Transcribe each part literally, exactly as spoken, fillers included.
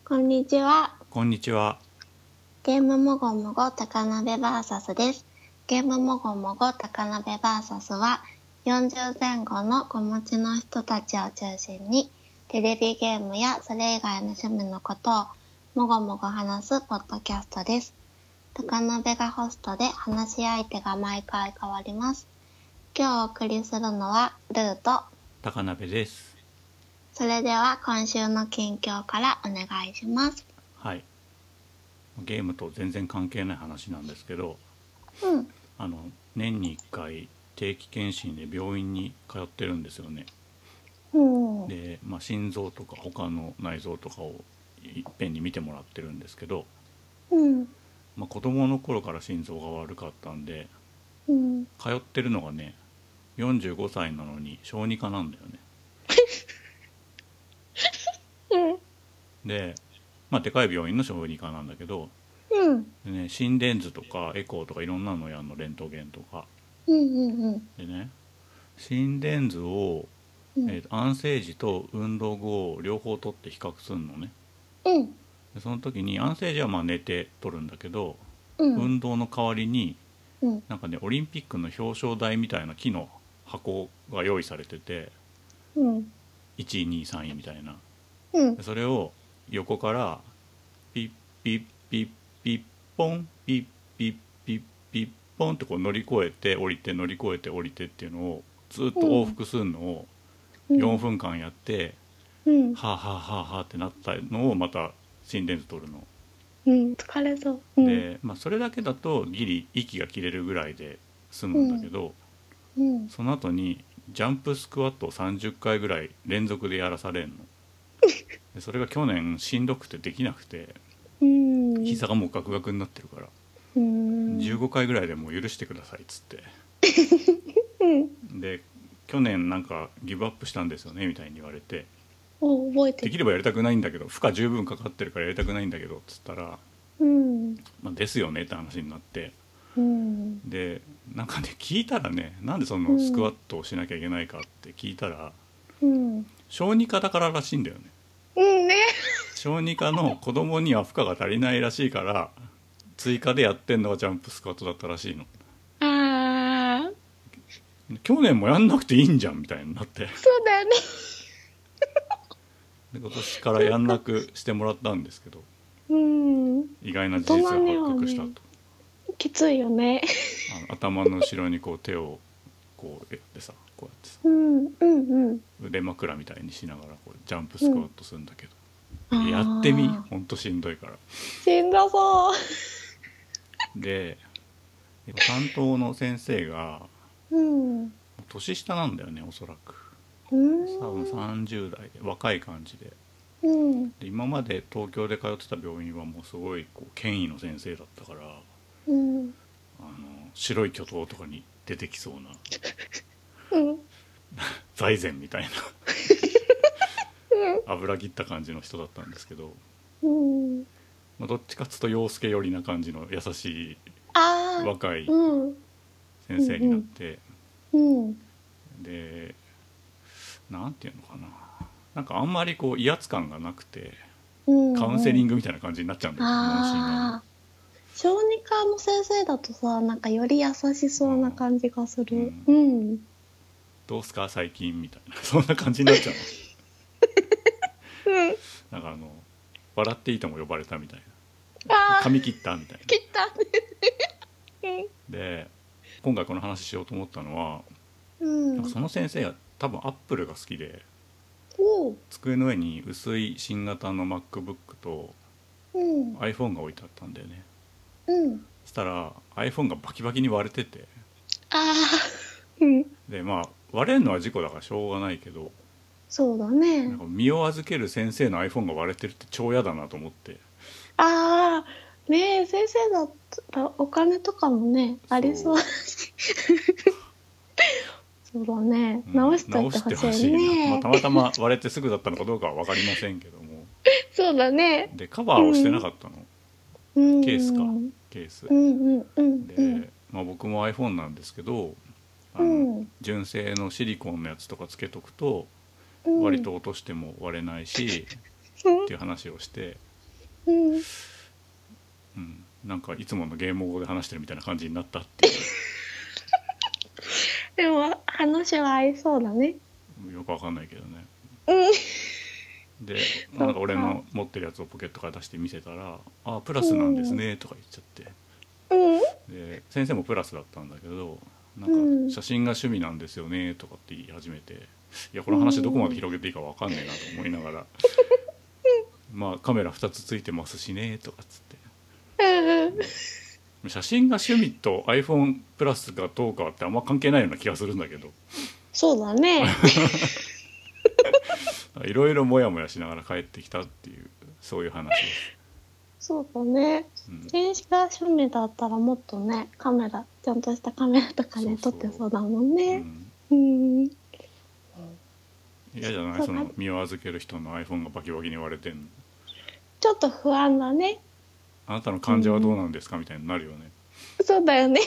こんにちは。 こんにちは。 ゲームもごもご高鍋バーサスです。ゲームもごもご高鍋バーサスはよんじゅうぜん後の子持ちの人たちを中心にテレビゲームやそれ以外の趣味のことをもごもご話すポッドキャストです。高鍋がホストで話し相手が毎回変わります。今日お送りするのはルーと高鍋です。 それでは今週の近況からお願いします。 はい。ゲームと全然関係ない話なんですけど、 うん、 あの年にいっかい定期検診で病院に通ってるんですよね。 うん、 で、まあ、心臓とか他の内臓とかをいっぺんに見てもらってるんですけど、 うん、 まあ、子供の頃から心臓が悪かったんで、 うん。 通ってるのがねよんじゅうごさいなのに小児科なんだよね。で、まあ、でかい病院の小児科なんだけど、 うん、 でね、心電図とかエコーとかいろんなのやんの、レントゲンとかうん、うん、 でね、心電図を、 うん、 えーと安静時と運動後を両方取って比較するのね。 うん、 でその時に安静時はまあ寝て取るんだけど、 うん、 運動の代わりにうん、 なんかねオリンピックの表彰台みたいな木の箱が用意されてて、 うん、 いちいにいさんいみたいな。 うん、 でそれを横からピッピッピッピッポンピッピッピッピッポンってこう乗り越えて降りて乗り越えて降りてっていうのをずっと往復するのをよんぷんかんやって、 うん、 はあはあはあはあってなったのをまた心電図取るの。 うん、疲れそう。うん、 で、まあ、それだけだとギリ息が切れるぐらいで済むんだけど、 うん、 その後にジャンプスクワットをさんじゅっかいぐらい連続でやらされんの。でそれが去年しんどくてできなくて、 うん、 膝がもうガクガクになってるから、 うん、 じゅうごかいぐらいでもう許してくださいっつって、 うん、 で去年なんかギブアップしたんですよねみたいに言われて、 お、覚えてる。 できればやりたくないんだけど負荷十分かかってるからやりたくないんだけどっつったら、 うん、 まあ、ですよねって話になって、 うん、 でなんかね聞いたらね、なんでそのスクワットをしなきゃいけないかって聞いたら、 うん、 小児科だかららしいんだよね。 うんね。 小児科の子供には負荷が足りないらしいから追加でやってんのがジャンプスクワットだったらしいの。 ああ、 去年もやんなくていいんじゃんみたいになって、 そうだよね。 で今年からやんなくしてもらったんですけど、 うん、 意外な事実が発覚したと。 きついよね。 あの頭の後ろにこう手をこうやってさ、こうやってさうん、うん、うん。 腕枕みたいにしながらこうジャンプスクワットするんだけど、 あーやってみ、ほんとしんどいから。 しんどそう。 で担当の先生がうん、 年下なんだよね、おそらく。 うん、 多分さんじゅう代で若い感じで、 うん、 で今まで東京で通ってた病院はもうすごいこう権威の先生だったから、 うん、 あの白い巨塔とかに出てきそうなうん、 財前みたいな油切った感じの人だったんですけど、 うん、 まあ、どっちかっつうと陽介寄りな感じの優しいああ、 若いうん、 先生になって、 うん、 でなんていうのかな、なんかあんまりこう威圧感がなくてうん、 カウンセリング。 グみたいな感じになっちゃうんだよ、問診がね。 ああ、小児科の先生だとさ、なんかより優しそうな感じがする。うん。 どうすか最近みたいなそんな感じになっちゃううん。 の。なんかあの笑っていいとも呼ばれたみたいあな、 あ、 髪切ったみたいな。 切ったね。 で今回この話しようと思ったのは、 うん。 なんかその先生が多分アップルが好きで、 おう。 机の上に薄い新型の MacBook とうん。 iPhone が置いてあったんだよね。 うん。 そしたら iPhone がバキバキに割れてて、 ああ、うん。 でまあ割れるのは事故だからしょうがないけど、 そうだなんね。 か身を預ける先生の iPhone が割れてるって超嫌だなと思って。 ああ、ねえ、先生だったらお金とかもね、ありそうだし。そうだね。 うん直しといてほしい直してほしいな、まあ、 ね。 たまたま割れてすぐだったのかどうかは分かりませんけども。 そうだね。 でカバーをしてなかったの、 うん。 ケースか、ケースうんうんうんで、 うん。 まあ、僕も iPhone なんですけど、あの、 うん、 純正のシリコンのやつとかつけとくとうん、 割と落としても割れないし、 うん、 っていう話をして、 うんうん、なんかいつものゲーム語で話してるみたいな感じになったっていでも話は合いそうだね。 うよくわかんないけどね。 うんでなんか俺の持ってるやつをポケットから出して見せたら「あプラスなんですね」とか言っちゃって、 うんで先生もプラスだったんだけどなうんんか写真が趣味なんですよねとかって言い始めて、いやこの話どこまで広げていいかわかんねえなと思いながらまあカメラふたつついてますしねとかっつって写真が趣味と iPhone プラスがどうかってあんま関係ないような気がするんだけど、 そうだね。 いろいろモヤモヤしながら帰ってきたっていうそういう話です。 そうだね。 うん電子が趣味だったらもっとね、カメラちゃんとしたカメラとかで撮ってそうだもんうね。 んうん。 嫌じゃないその身を預ける人の iPhone がバキバキに割れてんの。 ちょっと不安だね。 あなたの患者はどうなんですかみたいになるよね。 そうだよね。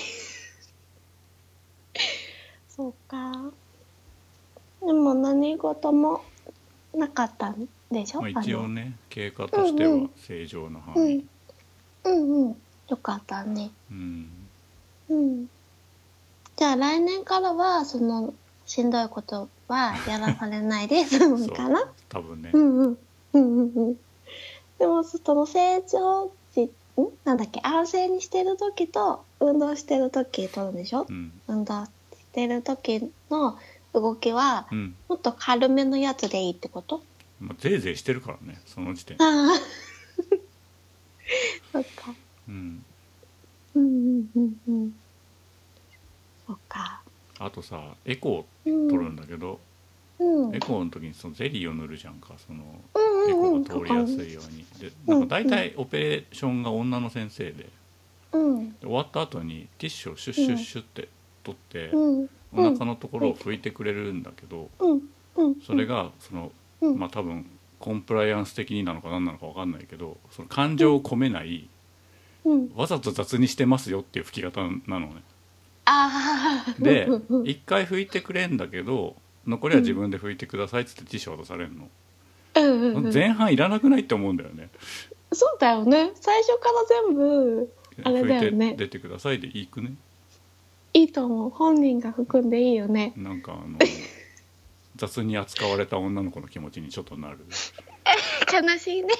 そうか。でも何事もなかったんでしょ、 まあ、一応ね経過としては正常な範囲。 うんうんうん。よかったね。 うんうん。じゃあ来年からはそのしんどいことはやらされないで済むかな。 多分ね。 うんうんうんうんうん。でもその成長時んなんだっけ安静にしてる時と運動してる時とるんでしょ、 うん、 運動してる時の動きは、 うん、 もっと軽めのやつでいいってこと？ まあ、ぜいぜいしてるからねその時点で。 ああそっか。 うんうんうんうんうんそっか。 あとさエコー取るんだけど、 うんエコーの時にそのゼリーを塗るじゃんかそのうんエコうんうんーが通りやすいようにでなんか大体オペレーションが女の先生で、 うんで終わった後にティッシュをシュッシュッシュッって取って、 うんお腹のところを拭いてくれるんだけど、 うんうんそれがその、 うんまあ多分コンプライアンス的になのか何なのか分かんないけどその感情を込めない、 うんわざと雑にしてますよっていう拭き方なのね。 ああでうんうん一回拭いてくれんだけど残りは自分で拭いてくださいっつってティッシュ渡されるの、 うんうんうん前半いらなくないって思うんだよね。 そうだよね。最初から全部あれだよね拭いて出てくださいでいいくね。 いいと思う。本人が含んでいいよね。 なんかあの雑に扱われた女の子の気持ちにちょっとなる。 悲しいね。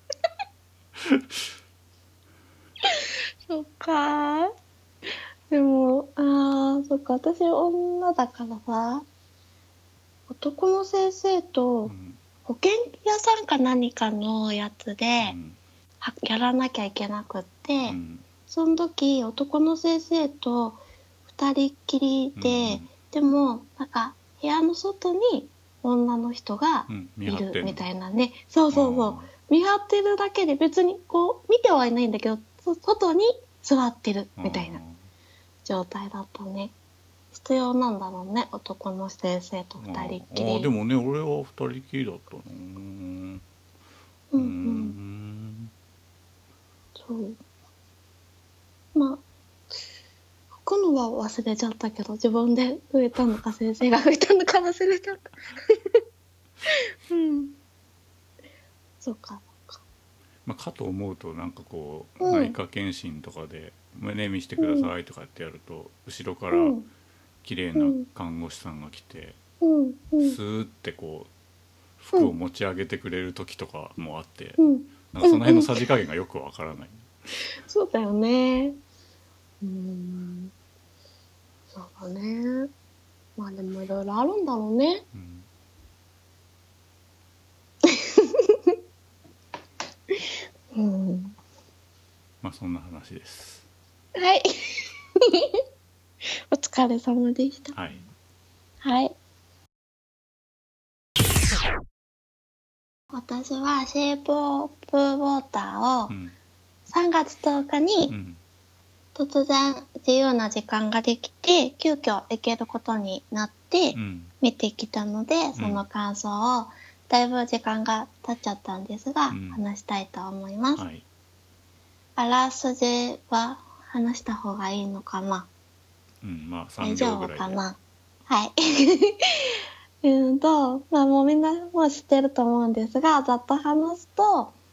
そっか。でもあーそっか私女だからさ男の先生とうん保険屋さんか何かのやつで、 うんはやらなきゃいけなくって、 うんその時男の先生と二人っきりで、 うんでもなんか部屋の外に女の人がうんい見張ってんのるみたいなね。そうそうそう。 あ見張ってるだけで別にこう見てはいないんだけど、そ外に座ってるーみたいなあ状態だったね。必要なんだろうね、男の先生とー二人っきり。 あーでもね俺は二人きりだったな。うんううんうん。 んそう。まあ、拭くのは忘れちゃったけど、自分で拭いたのか先生が拭いたのか忘れちゃった。うん。そうか、そうか。 まあ、かと思うとなんかこう、 うん内科検診とかで胸見してくださいとかってやると、後ろからうん。 綺麗な看護師さんが来て、 うん。うん。 スーってこう服を持ち上げてくれる時とかもあって、 うん。 なんかその辺のさじ加減がよくわからない。 そうだよね。うーん。そうだね。まあでもいろいろあるんだろうね。 うんうん。 まあそんな話です。 はい。お疲れ様でした。 はい。 はい。私はシェイプオブウォーターをうんさんがつとおかうにん突然自由な時間ができて急遽行けることになってうん見てきたので、その感想をだいぶ時間が経っちゃったんですが、 うん話したいと思います。 はい。 あらすじは話した方がいいのかな？ うんまあ大 3 丈夫秒ぐらいで。 かな？はい。うんと、まあもうみんなもう知ってると思うんですが、ざっと話すと、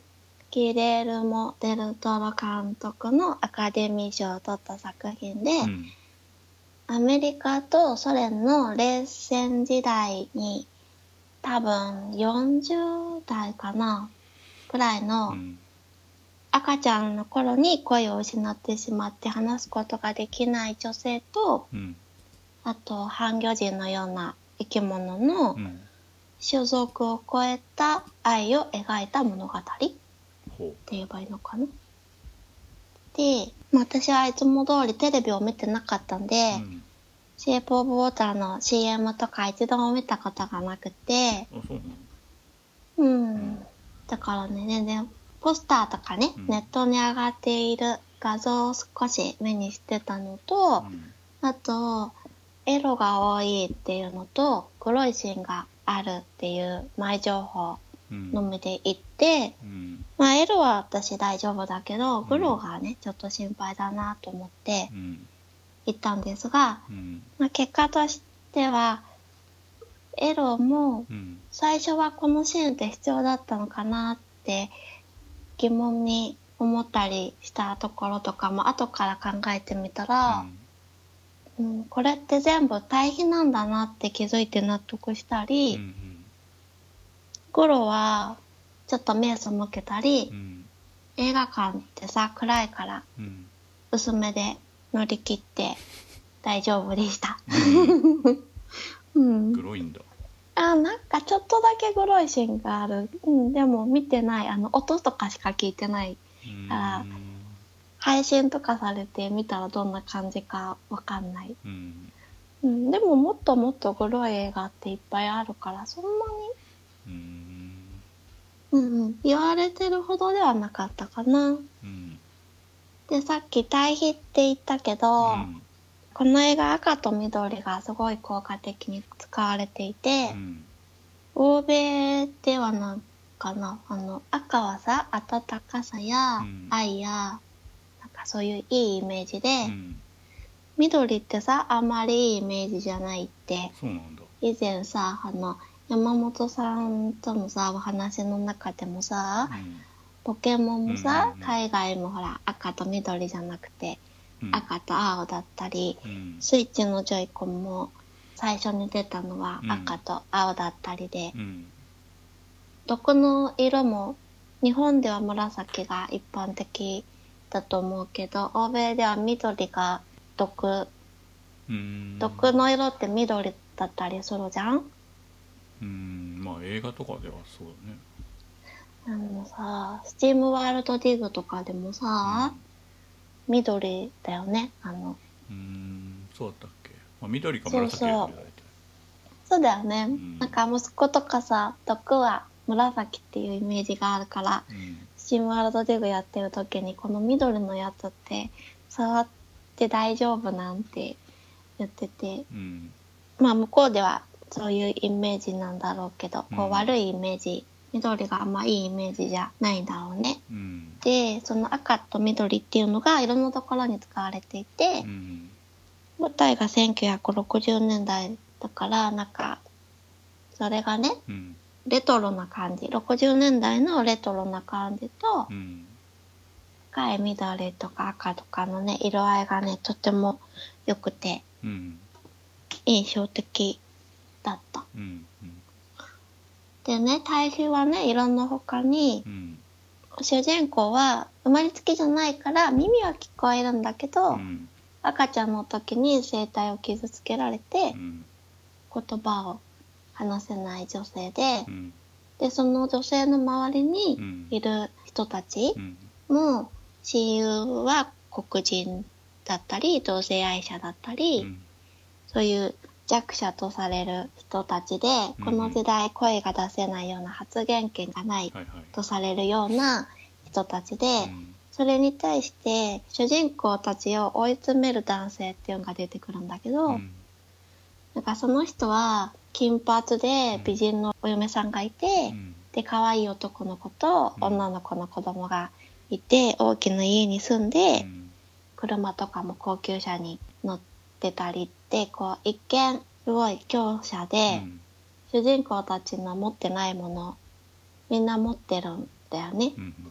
ギレルモ・デルトロ監督のアカデミー賞を取った作品で、 うん、 アメリカとソ連の冷戦時代に多分よんじゅう代かなくらいの赤ちゃんの頃に声を失ってしまって話すことができない女性と、 うん、 あと半魚人のような生き物のうん種族を超えた愛を描いた物語ってほう言えばいいのかな。で、まあ私はいつも通りテレビを見てなかったんで、 うんシェイプオブウォーターの シーエム とか一度も見たことがなくて、 あそうなのうん。だからね、全然ポスターとかね、 うんネットに上がっている画像を少し目にしてたのと、 うんあと、エロが多いっていうのと、グロいシーンがあるっていう前情報うんのみで行って、 うんまあエロは私大丈夫だけど、グロがね、ちょっと心配だなと思ってうん行ったんですが、 うんまあ、結果としては、エロもうん最初はこのシーンって必要だったのかなって疑問に思ったりしたところとかも後から考えてみたら、うん、これって全部対比なんだなって気づいて納得したり、 うんゴロはちょっと目背けたり、 うん映画館ってさ暗いからうん薄めで乗り切って大丈夫でした。うん、 グロいんだあ、なんかちょっとだけグロいシーンがある。うん、でも見てない。あの、音とかしか聞いてないから、配信とかされて見たらどんな感じかわかんない。 うんうん、でももっともっとグロい映画っていっぱいあるから、そんなに、 うんうんうん、言われてるほどではなかったかな。 うんで、さっき対比って言ったけど、 うんこの映画赤と緑がすごい効果的に使われていて、 うん欧米ではなんかな、あの、赤はさ、温かさやうん愛や、なんかそういういいイメージで、 うん緑ってさ、あんまりいいイメージじゃないって、 そうなんだ以前さ、あの、山本さんとのさ、お話の中でもさ、 うんポケモンもさ、 うんうんうん海外もほら、赤と緑じゃなくて、 うん赤と青だったり、 うんスイッチのジョイコンも最初に出たのは赤と青だったりで、 うんどこの色も日本では紫が一般的だと思うけど、欧米では緑が毒、 うん毒の色って緑だったりするじゃん。 うんまあ映画とかではそうだねあのさ、スチームワールドディグとかでもさ、緑だよね。あの、 うんそうだったっけ、まあ、緑か紫だよね大体そうだよね。 んなんか息子とかさ、毒は紫っていうイメージがあるから、 うんスチームワールドディグやってる時にこの緑のやつって触って大丈夫なんて言ってて、 うんまあ向こうではそういうイメージなんだろうけど、こううん悪いイメージ、緑があんまいいイメージじゃないんだろうね。 うんで、その赤と緑っていうのがいろんなところに使われていて、 うん舞台がせんきゅうひゃくろくじゅうねんだいだから、なんか、それがね、 うんレトロな感じ、ろくじゅうねんだいのレトロな感じと、 うん深い緑とか赤とかのね、色合いがね、とても良くてうん印象的だった。 うんでね、対比はね、いろんな他にう、ん主人公は生まれつきじゃないから耳は聞こえるんだけど、 うん赤ちゃんの時に声帯を傷つけられてうん言葉を話せない女性で、 うんで、その女性の周りうにんいる人たちうんも、親友は黒人だったり、同性愛者だったり、 うんそういう弱者とされる人たちで、 うんこの時代声が出せないような発言権がないはいはいとされるような人たちで、 うんそれに対して主人公たちを追い詰める男性っていうのが出てくるんだけど、 うんなんかその人は金髪で美人のお嫁さんがいて、 うんで可愛い男の子とうん女の子の子供がいて、大きな家に住んで、 うん車とかも高級車に乗ってたりってこう一見すごい強者で、 うん主人公たちの持ってないものみんな持ってるんだよね。 うん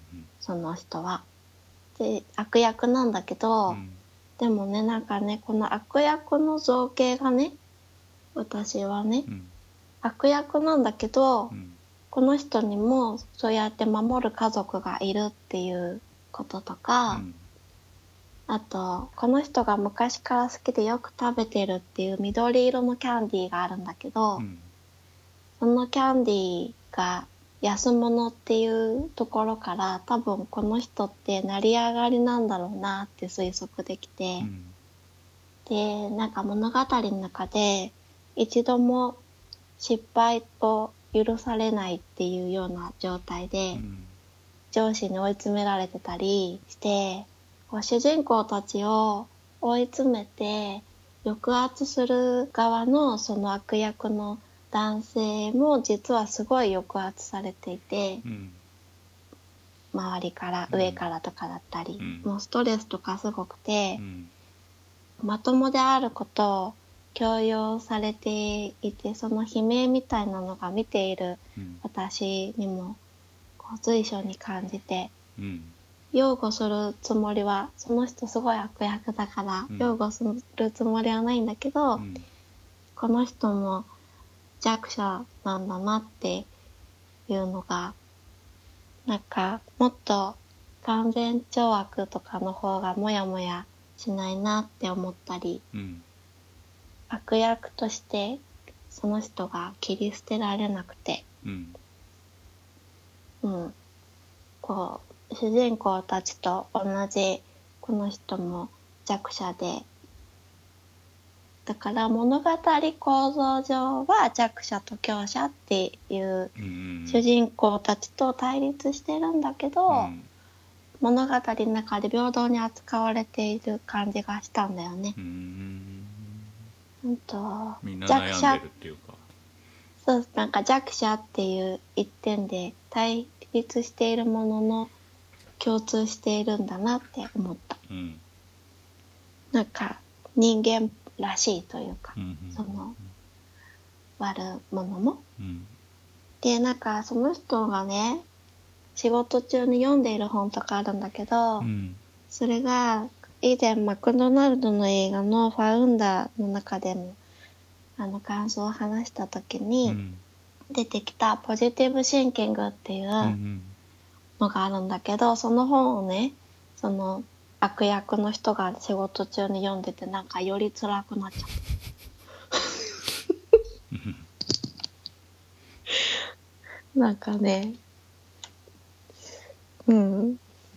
その人は。で悪役なんだけど、 うん、 でもねなんかねこの悪役の造形がね私はね、 うん、 悪役なんだけど、 うん、 この人にもそうやって守る家族がいるっていうこととか、 うん、 あとこの人が昔から好きでよく食べてるっていう緑色のキャンディーがあるんだけど、 うん、 そのキャンディーが安物っていうところから多分この人って成り上がりなんだろうなって推測できて、 うん、 でなんか物語の中で一度も失敗を許されないっていうような状態で、 うん、 上司に追い詰められてたりしてこう主人公たちを追い詰めて抑圧する側のその悪役の男性も実はすごい抑圧されていて、 うん、 周りから上からとかだったり、 うん、 もうストレスとかすごくて、 うん、 まともであることを強要されていて、その悲鳴みたいなのが見ている私にもこう随所に感じて、 うん、 擁護するつもりはその人すごい悪役だから擁護するつもりはないんだけど、 うん、 この人も弱者なんだなっていうのがなんかもっと完全懲悪とかの方がモヤモヤしないなって思ったり、 うん、 悪役としてその人が切り捨てられなくて、 うん、 うん、こう主人公たちと同じこの人も弱者で、だから物語構造上は弱者と強者っていう主人公たちと対立してるんだけど、うん、物語の中で平等に扱われている感じがしたんだよね。うん、うんとみんな悩んでるっていうか、 そうなんか弱者っていう一点で対立しているものの共通しているんだなって思った。うん、なんか人間らしいというか、うん、その悪者も、うん、でなんかその人がね仕事中に読んでいる本とかあるんだけど、うん、それが以前マクドナルドの映画のファウンダーの中でもあの感想を話した時に出てきたポジティブシンキングっていうのがあるんだけど、その本をねその悪役の人が仕事中に読んでてなんかより辛くなっちゃったなんかねうん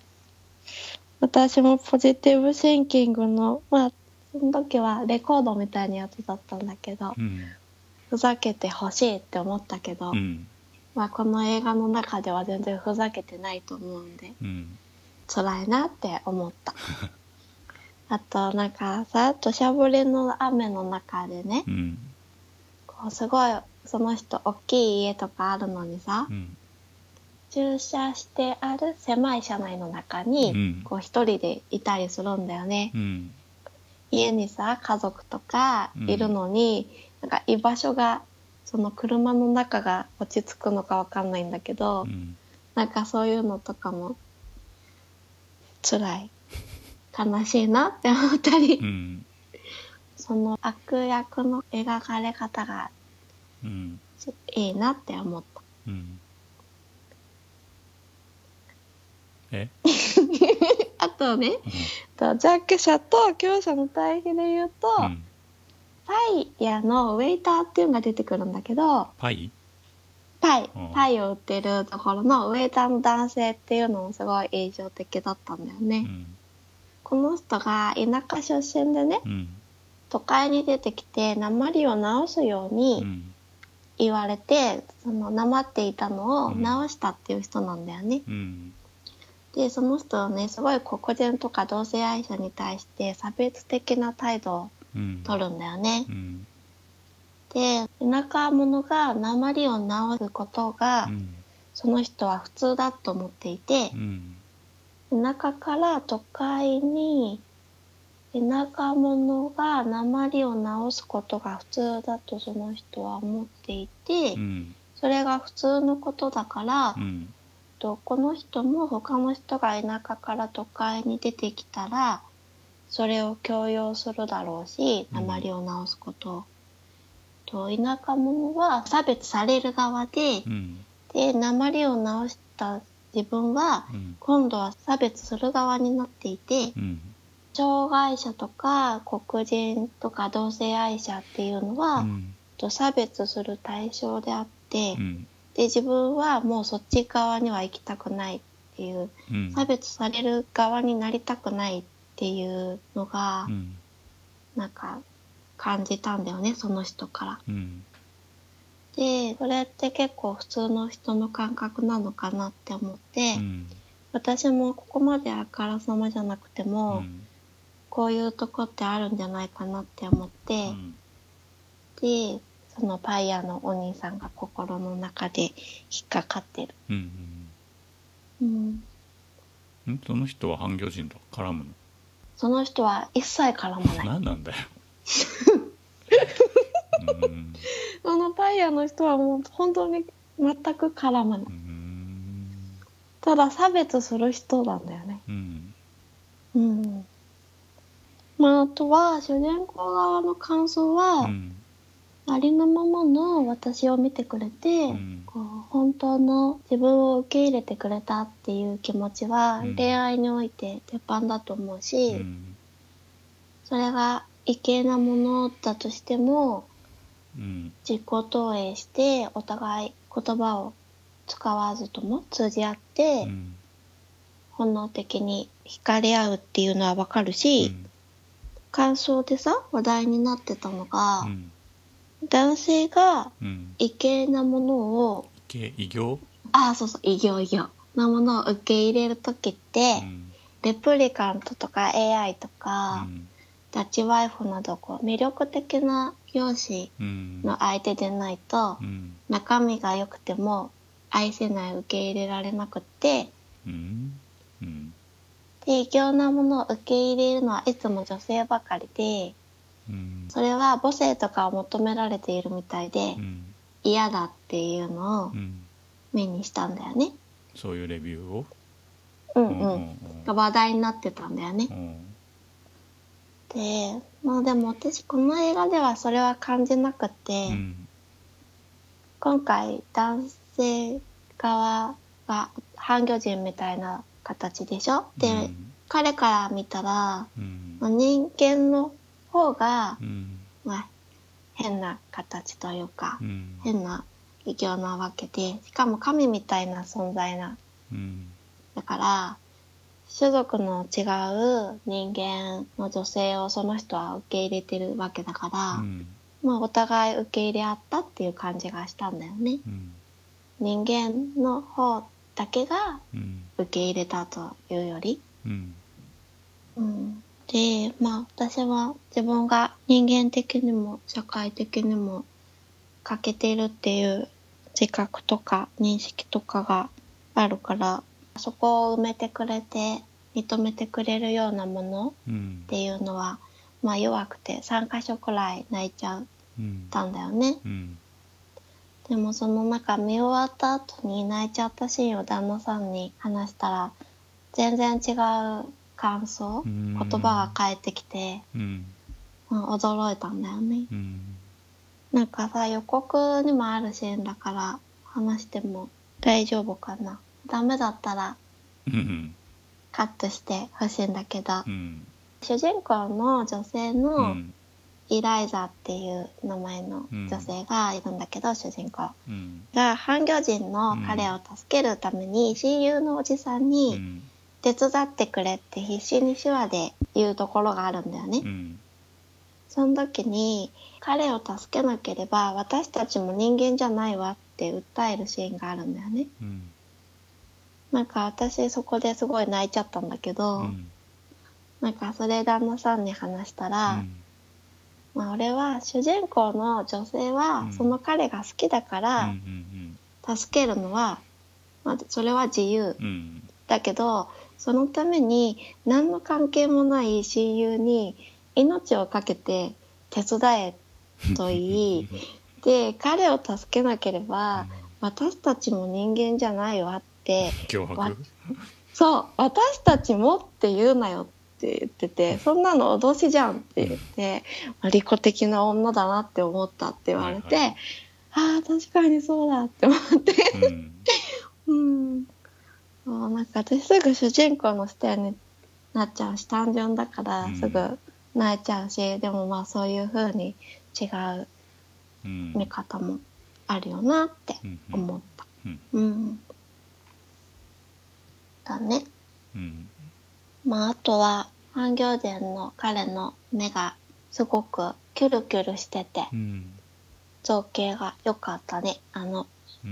私もポジティブシンキングのまあその時はレコードみたいなやつだったんだけど、うん、ふざけてほしいって思ったけど、うん、まあこの映画の中では全然ふざけてないと思うんで、うん、辛いなって思ったあとなんかさ土砂降りの雨の中でね、うん、こうすごいその人大きい家とかあるのにさ、うん、駐車してある狭い車内の中に、うん、こう一人でいたりするんだよね、うん、家にさ家族とかいるのに、うん、なんか居場所がその車の中が落ち着くのかわかんないんだけど、うん、なんかそういうのとかも辛い悲しいなって思ったり、うん、その悪役の描かれ方がいいなって思った、うん、えあとね、うん、弱者と強者の対比で言うと、うん、パイ屋のウェイターっていうのが出てくるんだけど、 パイパイ、パイを売ってるところのウェイターの男性っていうのもすごい印象的だったんだよね、うん、この人が田舎出身でね、うん、都会に出てきて訛りを直すように言われて、うん、その訛っていたのを直したっていう人なんだよね、うん、でその人はねすごい黒人とか同性愛者に対して差別的な態度を取るんだよね、うん、で田舎者が訛りを直すことが、うん、その人は普通だと思っていて、うん、田舎から都会に田舎者が訛りを直すことが普通だとその人は思っていて、うん、それが普通のことだから、うん、 とこの人も他の人が田舎から都会に出てきたらそれを強要するだろうし、訛を直すことを、と田舎者は差別される側で、 うん、 で訛を直した自分は、 うん、 今度は差別する側になっていて、 うん、 障害者とか黒人とか同性愛者っていうのは、 うん、 と差別する対象であって、 うん、 で自分はもうそっち側には行きたくないっていう、 うん、 差別される側になりたくないっていうのが、 うん、 なんか感じたんだよね、その人から。 うん、 でそれって結構普通の人の感覚なのかなって思って、 うん、 私もここまであからさまじゃなくても、 うん、 こういうとこってあるんじゃないかなって思って、 うん、 でそのパイヤのお兄さんが心の中で引っかかってる。 うん、 うん、 うん、その人は半魚人と絡むの？ その人は一切絡まない。 何なんだよ。うん、 そのパイヤの人はもう本当に全く絡まない。 うん、 ただ差別する人なんだよね。 うん、 うん。まああとは主人公側の感想は、 うん、 ありのままの私を見てくれて、 うん、 こう本当の自分を受け入れてくれたっていう気持ちは、 うん、 恋愛において鉄板だと思うし、 うん、 それが異形なものだとしても、 うん、 自己投影してお互い言葉を使わずとも通じ合って、 うん、 本能的に惹かれ合うっていうのはわかるし、 うん、 感想でさ話題になってたのが、 うん、 男性がうん、 異形なものを、 異異形？ ああそうそう異形異形なものを受け入れるときって、 うん、 レプリカントとか エーアイ とか、 うん、 ダッチワイフなどこう魅力的な容姿うん、 の相手でないと、 うん、 中身が良くても愛せない、受け入れられなくって、 うん、うん、 で異形なものを受け入れるのはいつも女性ばかりで、 うん、 それは母性とかを求められているみたいで、 うん、 嫌だっていうのをうん、 目にしたんだよね。 そういうレビューを、 うんうん、 うんうんが話題になってたんだよね。 うん、 で、まあでも私この映画ではそれは感じなくて、 うん、 今回男性側が半魚人みたいな形でしょ。で、 うん、 彼から見たら、 うん、 まあ、人間の方が、 うん、 まあ、変な形というか、 うん、 変な異形なわけで、しかも神みたいな存在な。 うん、 だから、種族の違う人間の女性をその人は受け入れてるわけだから、 うん、 まあお互い受け入れ合ったっていう感じがしたんだよね。 うん、 人間の方だけがうん、 受け入れたというより、 うん、 うん、で、まあ私は自分が人間的にも社会的にも欠けているっていう自覚とか認識とかがあるから、そこを埋めてくれて認めてくれるようなものっていうのは、まあ弱くてさんかしょくらい泣いちゃったんだよね。 うん、 でもその中見終わった後に泣いちゃったシーンを旦那さんに話したら全然違う感想、言葉が返ってきて、 うんうん、驚いたんだよね。 うん、 なんかさ予告にもあるシーンだから話しても大丈夫かな。ダメだったらうん、 カットしてほしいんだけど、 うん、 主人公の女性うのん、 イライザっていう名前の女性がいるんだけど、主人公うん、 が半魚人の彼を助けるために親友のおじさんに手伝ってくれって必死に手話で言うところがあるんだよね。 うん、 その時に彼を助けなければ私たちも人間じゃないわって訴えるシーンがあるんだよね。 うん、 なんか私そこですごい泣いちゃったんだけど、 うん、 なんかそれ旦那さんに話したら、 うん、 まあ俺は主人公の女性はその彼が好きだかうん、 ら助けるのは、まあ、それは自由うん、 だけど、そのために何の関係もない親友に命を懸けて手伝えと言いで彼を助けなければ私たちも人間じゃないわって脅迫。 そう私たちもって言うなよって言ってて、そんなの脅しじゃんって言って、まあ、利己的な女だなって思ったって言われて、はいはい、ああ確かにそうだって思ってうん、うん、そうなんか私すぐ主人公の視点になっちゃうし、単純だからすぐ泣いちゃうし、うん、でもまあそういう風に違う見方もあるよなって思った、うんうんうん、だね、うん、まああとはハンギョーデンの彼の目がすごくキュルキュルしてて、うん、造形が良かったね。あの、うん、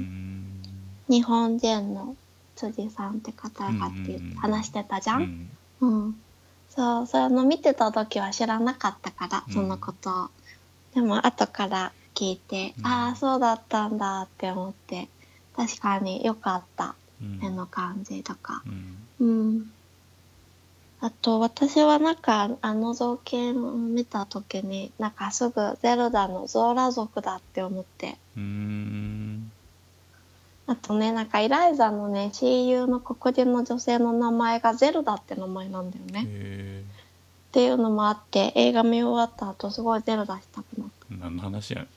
日本人の辻さんって方がって話してたじゃん、うんうん、そう、それの見てた時は知らなかったからそのことを、うん、でも後から聞いて、うん、ああそうだったんだって思って、確かに良かった、うん、目の感じとか、うん、うん、あと私はなんかあの造形を見た時になんかすぐゼルダのゾーラ族だって思って、うーん、あとねなんかイライザのね親友の黒人の女性の名前がゼルダって名前なんだよね。へーっていうのもあって映画見終わった後すごいゼルダしたくなった。 何の話やねん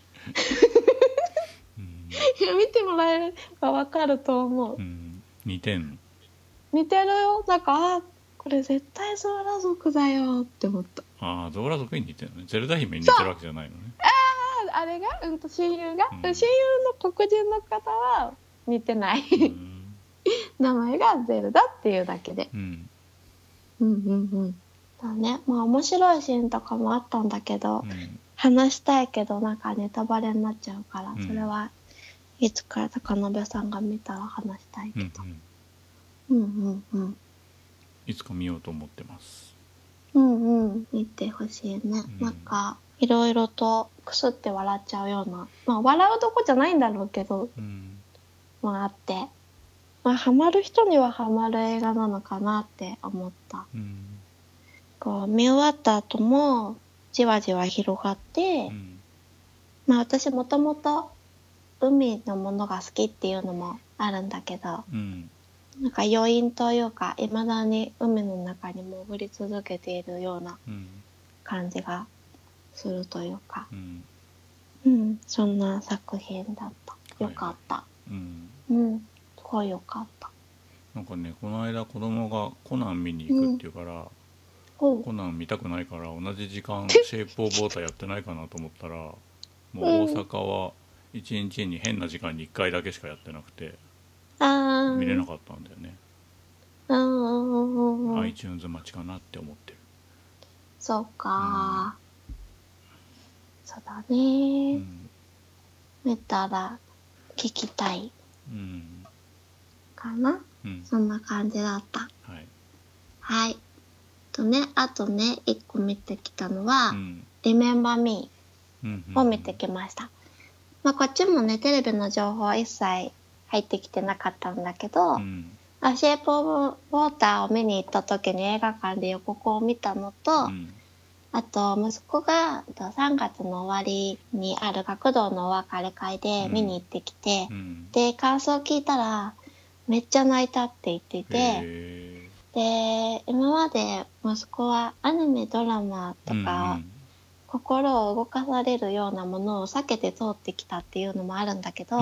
いや見てもらえれば分かると思う、うん、 似てんの？ 似てるよ。なんかあこれ絶対ゾーラ族だよって思った。 ああゾーラ族に似てるのね。ゼルダ姫に似てるわけじゃないのね。 あああれが、うん、と親友が、うん、親友の黒人の方は似てない、うん、名前がゼルダっていうだけで、うん、うんうんうんだね。まあ面白いシーンとかもあったんだけど、うん、話したいけどなんかネタバレになっちゃうから、うん、それはいつか高鍋さんが見たら話したいけど、うんうん、うんうんうんいつか見ようと思ってます。 うんうん見てほしいね、うん、なんかいろいろとくすって笑っちゃうような、まあ笑うとこじゃないんだろうけど、うん、まああって、まあハマる人にはハマる映画なのかなって思った、うん、こう見終わった後もじわじわ広がって、うん、まあ私もともと海のものが好きっていうのもあるんだけど、うんなんか余韻というかいまだに海の中に潜り続けているような感じがするというか、うんうん、そんな作品だった。よかった、はいはい、うん、うん、すごいよかった。 なんかねこの間子供がコナン見に行くっていうから、うん、コナン見たくないから同じ時間シェイプオブウォーターやってないかなと思ったらもう大阪はいちにちに変な時間にいっかいだけしかやってなくてあ見れなかったんだよね。 うんうんうんうん、 iTunes 待ちかなって思ってる。 そうか、うん、そうだね、うん、見たら聞きたい、うん、かな、うん、そんな感じだった。はい、はい、とねあとねいっこ見てきたのは、うん、Remember Me を見てきました、うんうんうんまあ、こっちもねテレビの情報は一切入ってきてなかったんだけど、うん、アシェイプオブウォーターを見に行った時に映画館で予告を見たのと、うん、あと息子がさんがつの終わりにある学童のお別れ会で見に行ってきて、うん、で感想を聞いたらめっちゃ泣いたって言っていて、で今まで息子はアニメドラマとか、うんうん、心を動かされるようなものを避けて通ってきたっていうのもあるんだけど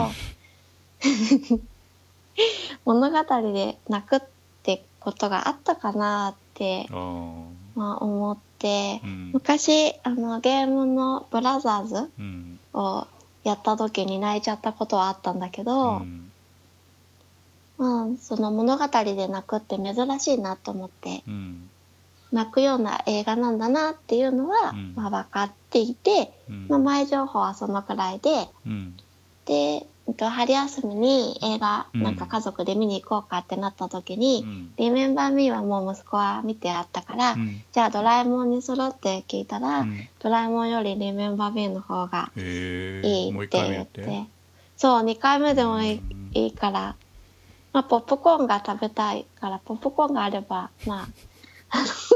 物語で泣くってことがあったかなって、まあ、思って、うん、昔あのゲームのブラザーズをやった時に泣いちゃったことはあったんだけど、うんまあ、その物語で泣くって珍しいなと思って、うん、泣くような映画なんだなっていうのは、うんまあ、分かっていて、うんまあ、前情報はそのくらいで、うん、で春休みに映画なんか家族で見に行こうかってなった時に、うん、リメンバーミーはもう息子は見てあったから、うん、じゃあドラえもんにするって聞いたら、うん、ドラえもんよりリメンバーミーの方がいいって言って、ってそうにかいめでもいい、いいから、まあ、ポップコーンが食べたいからポップコーンがあればまあ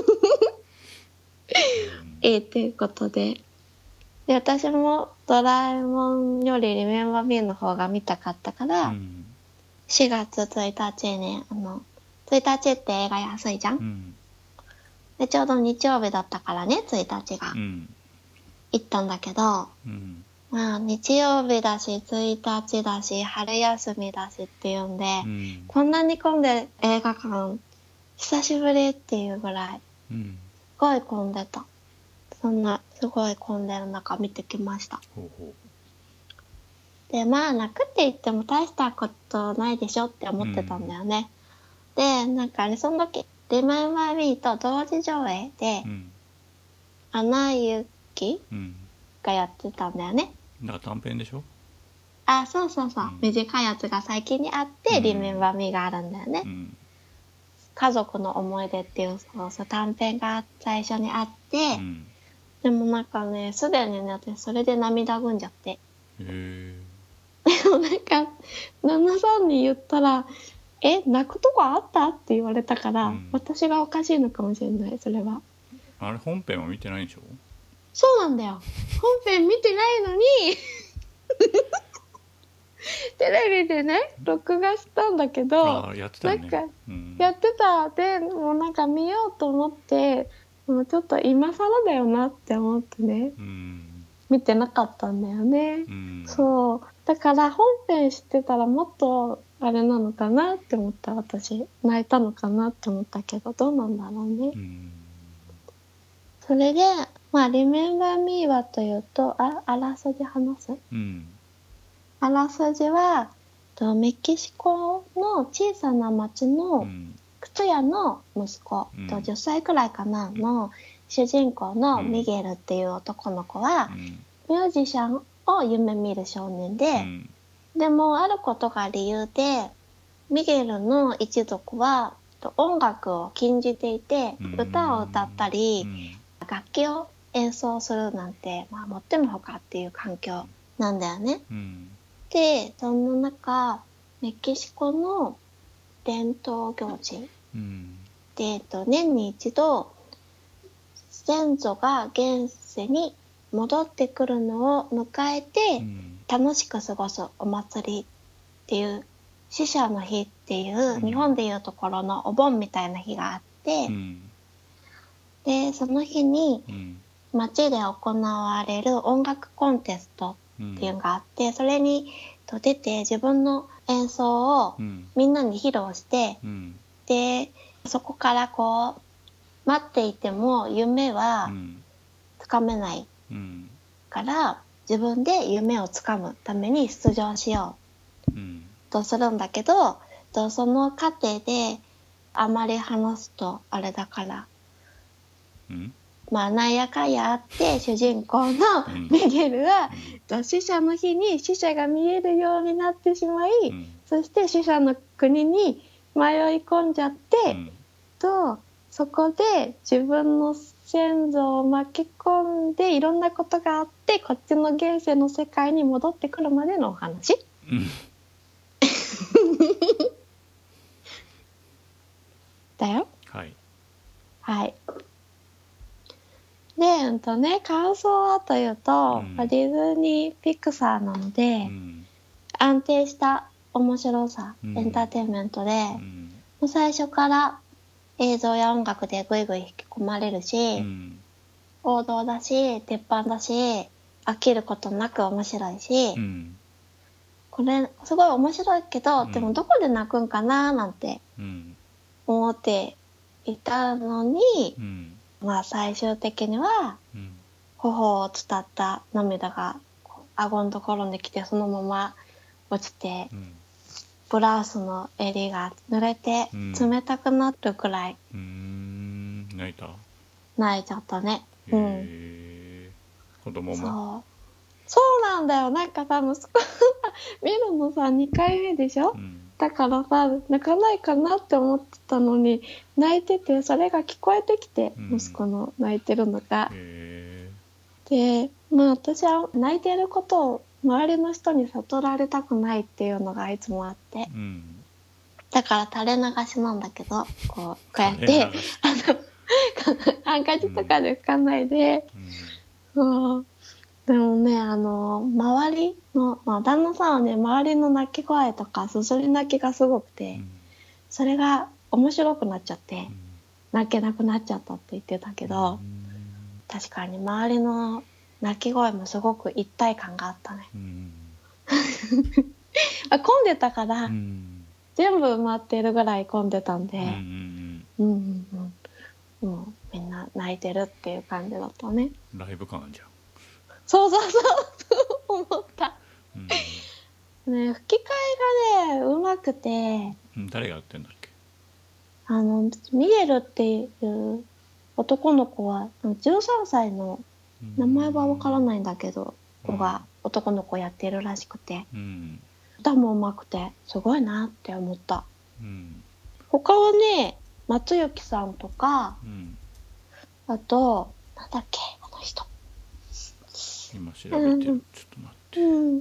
いいっていうことでで私もドラえもんよりリメンバーミーの方が見たかったから、うん、 しがつついたちに、あの、ついたちって映画安いじゃん、 うん、 で、ちょうど日曜日だったからね、ついたちが。 うん、 行ったんだけど、 うん、 まあ、日曜日だし、ついたちだし、春休みだしっていうんで、 うん、 こんなに混んでる映画館、久しぶりっていうぐらい、 うん、 すごい混んでた。そんな、すごい混んでる中見てきました。 ほうほで、まあ、泣くって言っても大したことないでしょって思ってたんだよね。うん、で、なんかね、その時、Remember Me と同時上映で、 う、うん、 アナ雪うん、 がやってたんだよね。 なんか短編でしょ。 あ、そうそうそう。 うん、 短いやつが最近にあって、 うん、 Remember Me があるんだよね。 うん、 家族の思い出っていう、そうそう、短編が最初にあって、 うん、 でもなんかね、すでにね、私それで涙ぐんじゃって。 へえ。 でもなんか、旦那さんに言ったら、え、泣くとこあったって言われたから、うん、私がおかしいのかもしれない、それは。 あれ、本編は見てないんでしょ。 そうなんだよ。本編見てないのに、テレビでね、録画したんだけど、 あ、やってたね、 なんか、 うん、 やってた。で、もうなんか見ようと思って、もうちょっと今更だよなって思ってね、 うん、 見てなかったんだよね。 うん、 そう。だから本編知ってたらもっとあれなのかなって思った。私泣いたのかなって思ったけど、どうなんだろうね。うん、それで、まあ、Remember Me はというと、あ、あらすじ話す、うん、あらすじは、メキシコの小さな町の靴屋の息子、うん、とじゅっさいくらいかなの主人公のミゲルっていう男の子は、うん、ミュージシャンを夢見る少年で、うん、でもあることが理由でミゲルの一族は音楽を禁じていて、うん、歌を歌ったり、うん、楽器を演奏するなんて、まあ、もってのほかっていう環境なんだよね。うん、で、そんな中、メキシコの伝統行事、うん、で、えっと、年に一度先祖が現世に戻ってくるのを迎えて、うん、楽しく過ごすお祭りっていう死者の日っていう、うん、日本でいうところのお盆みたいな日があって、うん、でその日に街で行われる音楽コンテストっていうのがあって、それに出て自分の演奏をみんなに披露して、うん、でそこからこう待っていても夢はつかめないから、うん、自分で夢をつかむために出場しようとするんだけど、うん、その過程であまり話すとあれだから、うん、まあなんやかんやあって主人公のミゲルは、うん、死者の日に死者が見えるようになってしまい、うん、そして死者の国に迷い込んじゃって、うん、とそこで自分の先祖を巻き込んでいろんなことがあってこっちの現世の世界に戻ってくるまでのお話、うん、だよ。 はいはい。で、うんとね、感想はというと、うん、ディズニー・ピクサーなので、うん、安定した面白さ、うん、エンターテインメントで、うん、もう最初から映像や音楽でぐいぐい引き込まれるし、うん、王道だし鉄板だし飽きることなく面白いし、うん、これすごい面白いけど、うん、でもどこで泣くんかななんて思っていたのに、うん、まあ最終的には、うん、頬を伝った涙が顎のところに来てそのまま落ちて、うん、ブラウスの襟が濡れて冷たくなるくらい、 うん、うーん泣いた泣いちゃったね。 へー、うん、子供もそうそうなんだよ。なんかさ息子見るのさにかいめでしょ、うん、だからさ泣かないかなって思ってたのに泣いてて、それが聞こえてきて、うん、息子の泣いてるのが。へー。でまあ私は泣いてることを周りの人に悟られたくないっていうのがいつもあって、うん、だから垂れ流しなんだけど、こうこうやってあのハンカチとかで拭かないで、うん、そうでもね、あの、周りの、まあ、旦那さんはね、周りの鳴き声とか、すすり泣きがすごくて、 うん、 それが面白くなっちゃって、 うん、 泣けなくなっちゃったって言ってたけど、 うん、 確かに周りの鳴き声もすごく一体感があったね。 うん、 あ、混んでたから、 うん、 全部埋まってるぐらい混んでたんで、 うん、 うんうんうん、もうみんな泣いてるっていう感じだったね。 ライブ感じゃん。 そうそうそう思った。 うん、 ね、吹き替えがねうまくて、 うん、誰がやってんだっけ？ あのミゲルっていう男の子はじゅうさんさいの、名前はわからないんだけど、 うん、 子が男の子やってるらしくて、 うん、 歌もうまくてすごいなって思った。 うん、 他はね、松雪さんとか、 うん、 あとなんだっけあの人、 今調べてる、うん、ちょっと待って、 うんうん、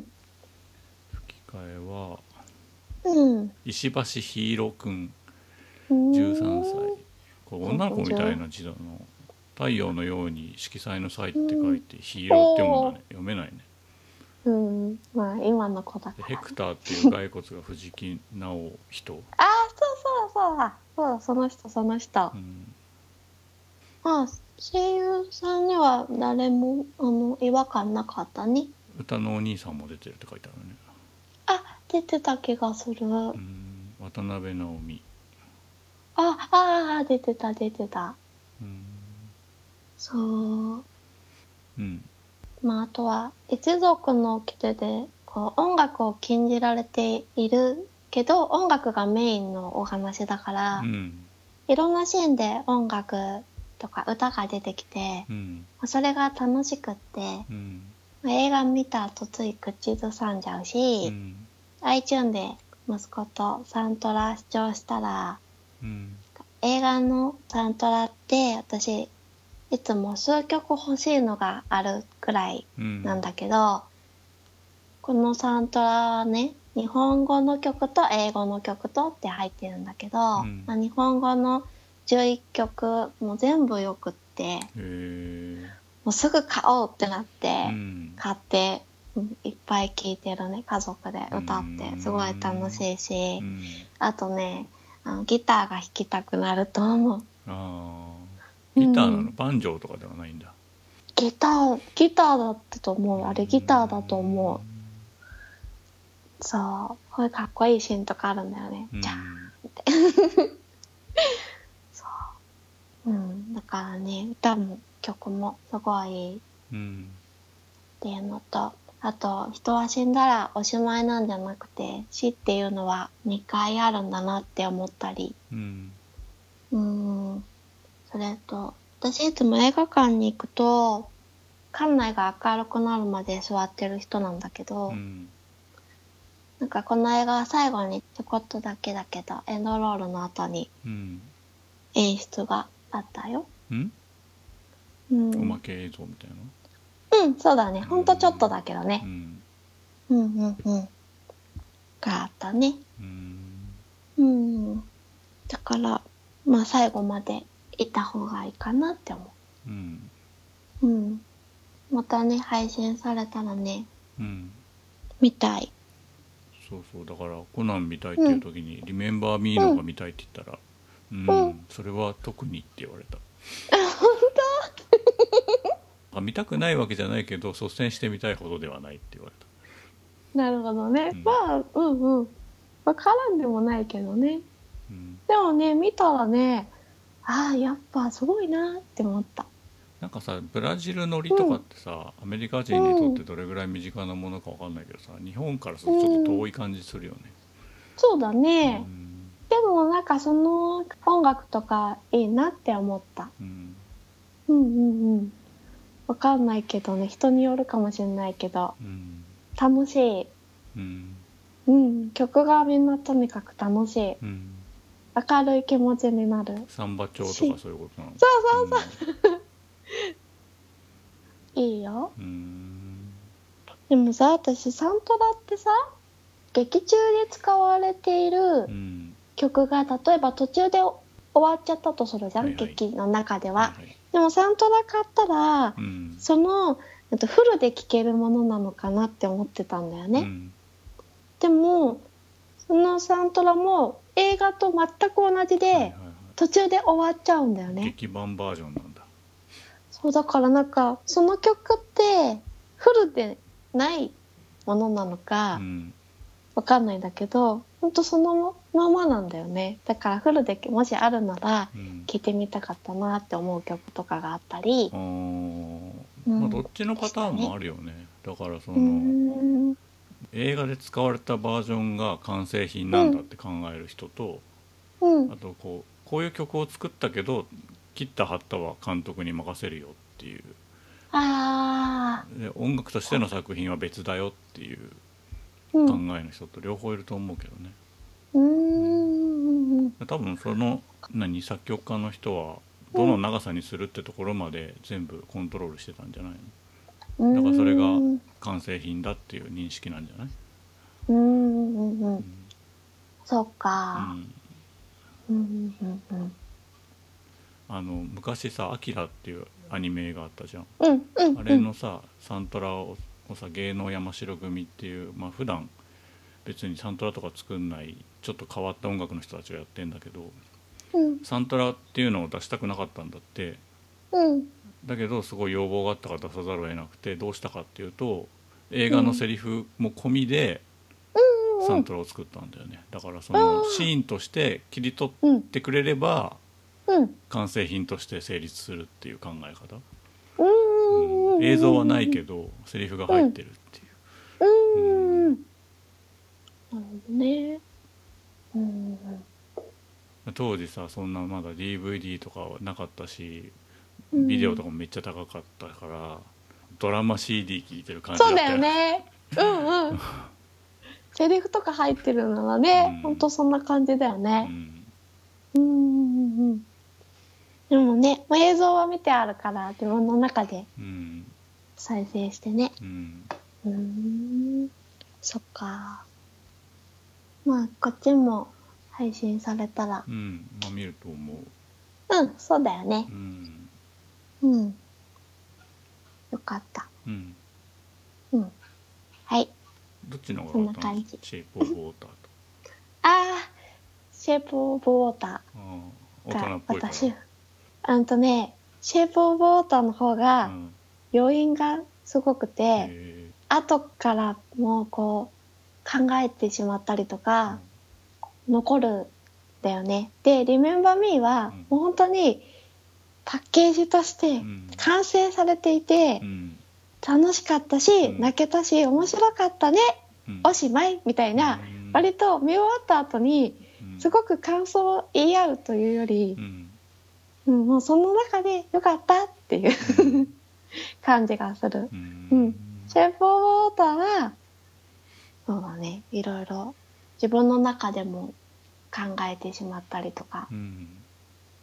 吹き替えは、 うん、 石橋ひいろくん、 うんじゅうさんさい。これ女の子みたいな字だの。太陽のように色彩の彩って書いて、ヒーローって読むんだね。読めないね。 うん、まあ今の子だから、 ヘクターっていう骸骨が藤木直人。 ああ、そうそうそうだ、そうだ、その人その人。 うん、 まあ声優さんには誰もあの違和感なかったね。 歌のお兄さんも出てるって書いてあるね。 あ、出てた気がする。 うん、渡辺直美。 ああ、出てた出てた。 うん、 そう。 うん、 まああとは一族の掟でこう音楽を禁じられているけど、音楽がメインのお話だから、 うん、 いろんなシーンで音楽とか歌が出てきて、 うん、 それが楽しくって、 うん、 映画見た後つい口ずさんじゃうし、 うん、 iTunes で息子とサントラ視聴したら、 うん、 映画のサントラって私いつも数曲欲しいのがあるくらいなんだけど、うん、このサントラはね、日本語の曲と英語の曲とって入ってるんだけど、うん、まあ、日本語のじゅういっきょくも全部よくって、 へもうすぐ買おうってなって、 うん、 買って、うん、いっぱい聴いてるね、家族で歌ってすごい楽しいし、うん、あとね、あのギターが弾きたくなると思う。 あギターなの、うん、バンジョーとかではないんだ。 ギターギターだったと思う。あれギターだと思う。そう、これかっこいいシーンとかあるんだよね。じゃーんってそう、うん、だからね、歌も曲もすごいいいっていうのと、あと人は死んだらおしまいなんじゃなくて、死っていうのはにかいあるんだなって思ったり、うん、うんそれと、私いつも映画館に行くと館内が明るくなるまで座ってる人なんだけど、うん、なんかこの映画は最後にちょこっとだけだけどエンドロールの後に演出があったよ。 うん、うん、おまけ映像みたいな。 うん、そうだね。ほんとちょっとだけどね。うん、うんうんうんがあったね。うん、うん、だからまあ最後までいた方がいいかなって思う。うん。うん。またね、配信されたらね、うん、見たい。 そうそう、だからコナン見たいっていう時に、うん、リメンバーミーのが見たいって言ったら、うん、うん、それは特にって言われた。 あ、本当？あ、見たくないわけじゃないけど、率先して見たいほどではないって言われた。 なるほどね。うん、まあ、うんうん。わからんでもないけどね。うん、でもね、見たらね、ああやっぱすごいなって思った。 なんかさ、ブラジルのりとかってさ、うん、アメリカ人にとってどれぐらい身近なものかわかんないけどさ、日本からするとちょっと遠い感じするよね。うん、 そうだね、うん、でもなんかその音楽とかいいなって思った。うん、うんうんうんわかんないけどね、人によるかもしれないけど、うん、楽しい、うんうん、曲がみんなとにかく楽しい、うん、明るい気持ちになる。 サンバ調とかそういうことなの？ そうそうそう、うん、いいよ。うーんでもさ、私サントラってさ、劇中で使われている曲が例えば途中で終わっちゃったとするじゃん、はいはい、劇の中では、はいはい、でもサントラ買ったら、うん、そのあとフルで聴けるものなのかなって思ってたんだよね、 うん、 でもそのサントラも映画と全く同じで、はいはいはい、途中で終わっちゃうんだよね。 劇版バージョンなんだ。 そうだからなんかその曲ってフルでないものなのか、うん、わかんないんだけどほんとそのままなんだよね。だからフルでもしあるなら聴いてみたかったなって思う曲とかがあったり、 うんうん、まあ、どっちのパターンもあるよね。だからその映画で使われたバージョンが完成品なんだって考える人と、うん、あとこう、こういう曲を作ったけど切った貼ったは監督に任せるよっていう、 あで音楽としての作品は別だよっていう考えの人と両方いると思うけどね。うん、うん、多分その何作曲家の人はどの長さにするってところまで全部コントロールしてたんじゃないの。だからそれが完成品だっていう認識なんじゃない。 うんうんうん、うん、そうか、うんうんうんうん、 あの昔さ「アキラ」っていうアニメがあったじゃん、 うんうんうん、 あれのさサントラをさ芸能山城組っていう、まあ普段別にサントラとか作んないちょっと変わった音楽の人たちがやってんだけど、うん、サントラっていうのを出したくなかったんだって、うん、だけどすごい要望があったから出さざるを得なくて、どうしたかっていうと映画のセリフも込みでサントラを作ったんだよね。だからそのシーンとして切り取ってくれれば完成品として成立するっていう考え方、うん、映像はないけどセリフが入ってるっていう、うんうん、なるほどね、うん、 当時さそんなまだ ディーブイディー とかはなかったしビデオとかもめっちゃ高かったから、うん、ドラマ シーディー 聴いてる感じだったよ。 そうだよね、うんうんセリフとか入ってるのはね、うん、ほんとそんな感じだよね、うん、うんうんうん、でもね映像は見てあるから自分の中で再生してね、うん、うーんそっか、まあこっちも配信されたら、 うん、まあ見ると思う。 うんそうだよね、うん、うん、よかった、うん、うん、はい。 どっちの方が良かったの？シェイプオブウォーターと。 ああ、シェイプオブウォーターが大人っぽいから。 私、あんとね、シェイプオブウォーターの方が余韻がすごくて、うん、後からもこう考えてしまったりとか、うん、残るんだよね。で、Remember Me はもう本当にパッケージとして完成されていて、うんうん楽しかったし、うん、泣けたし面白かったね、うん、おしまいみたいな、うん、割と見終わった後にすごく感想を言い合うというより、うんうん、もうその中でよかったっていう、うん、感じがする、うんうん、シェイプオブウォーターはそうだね、いろいろ自分の中でも考えてしまったりとか、うんうん、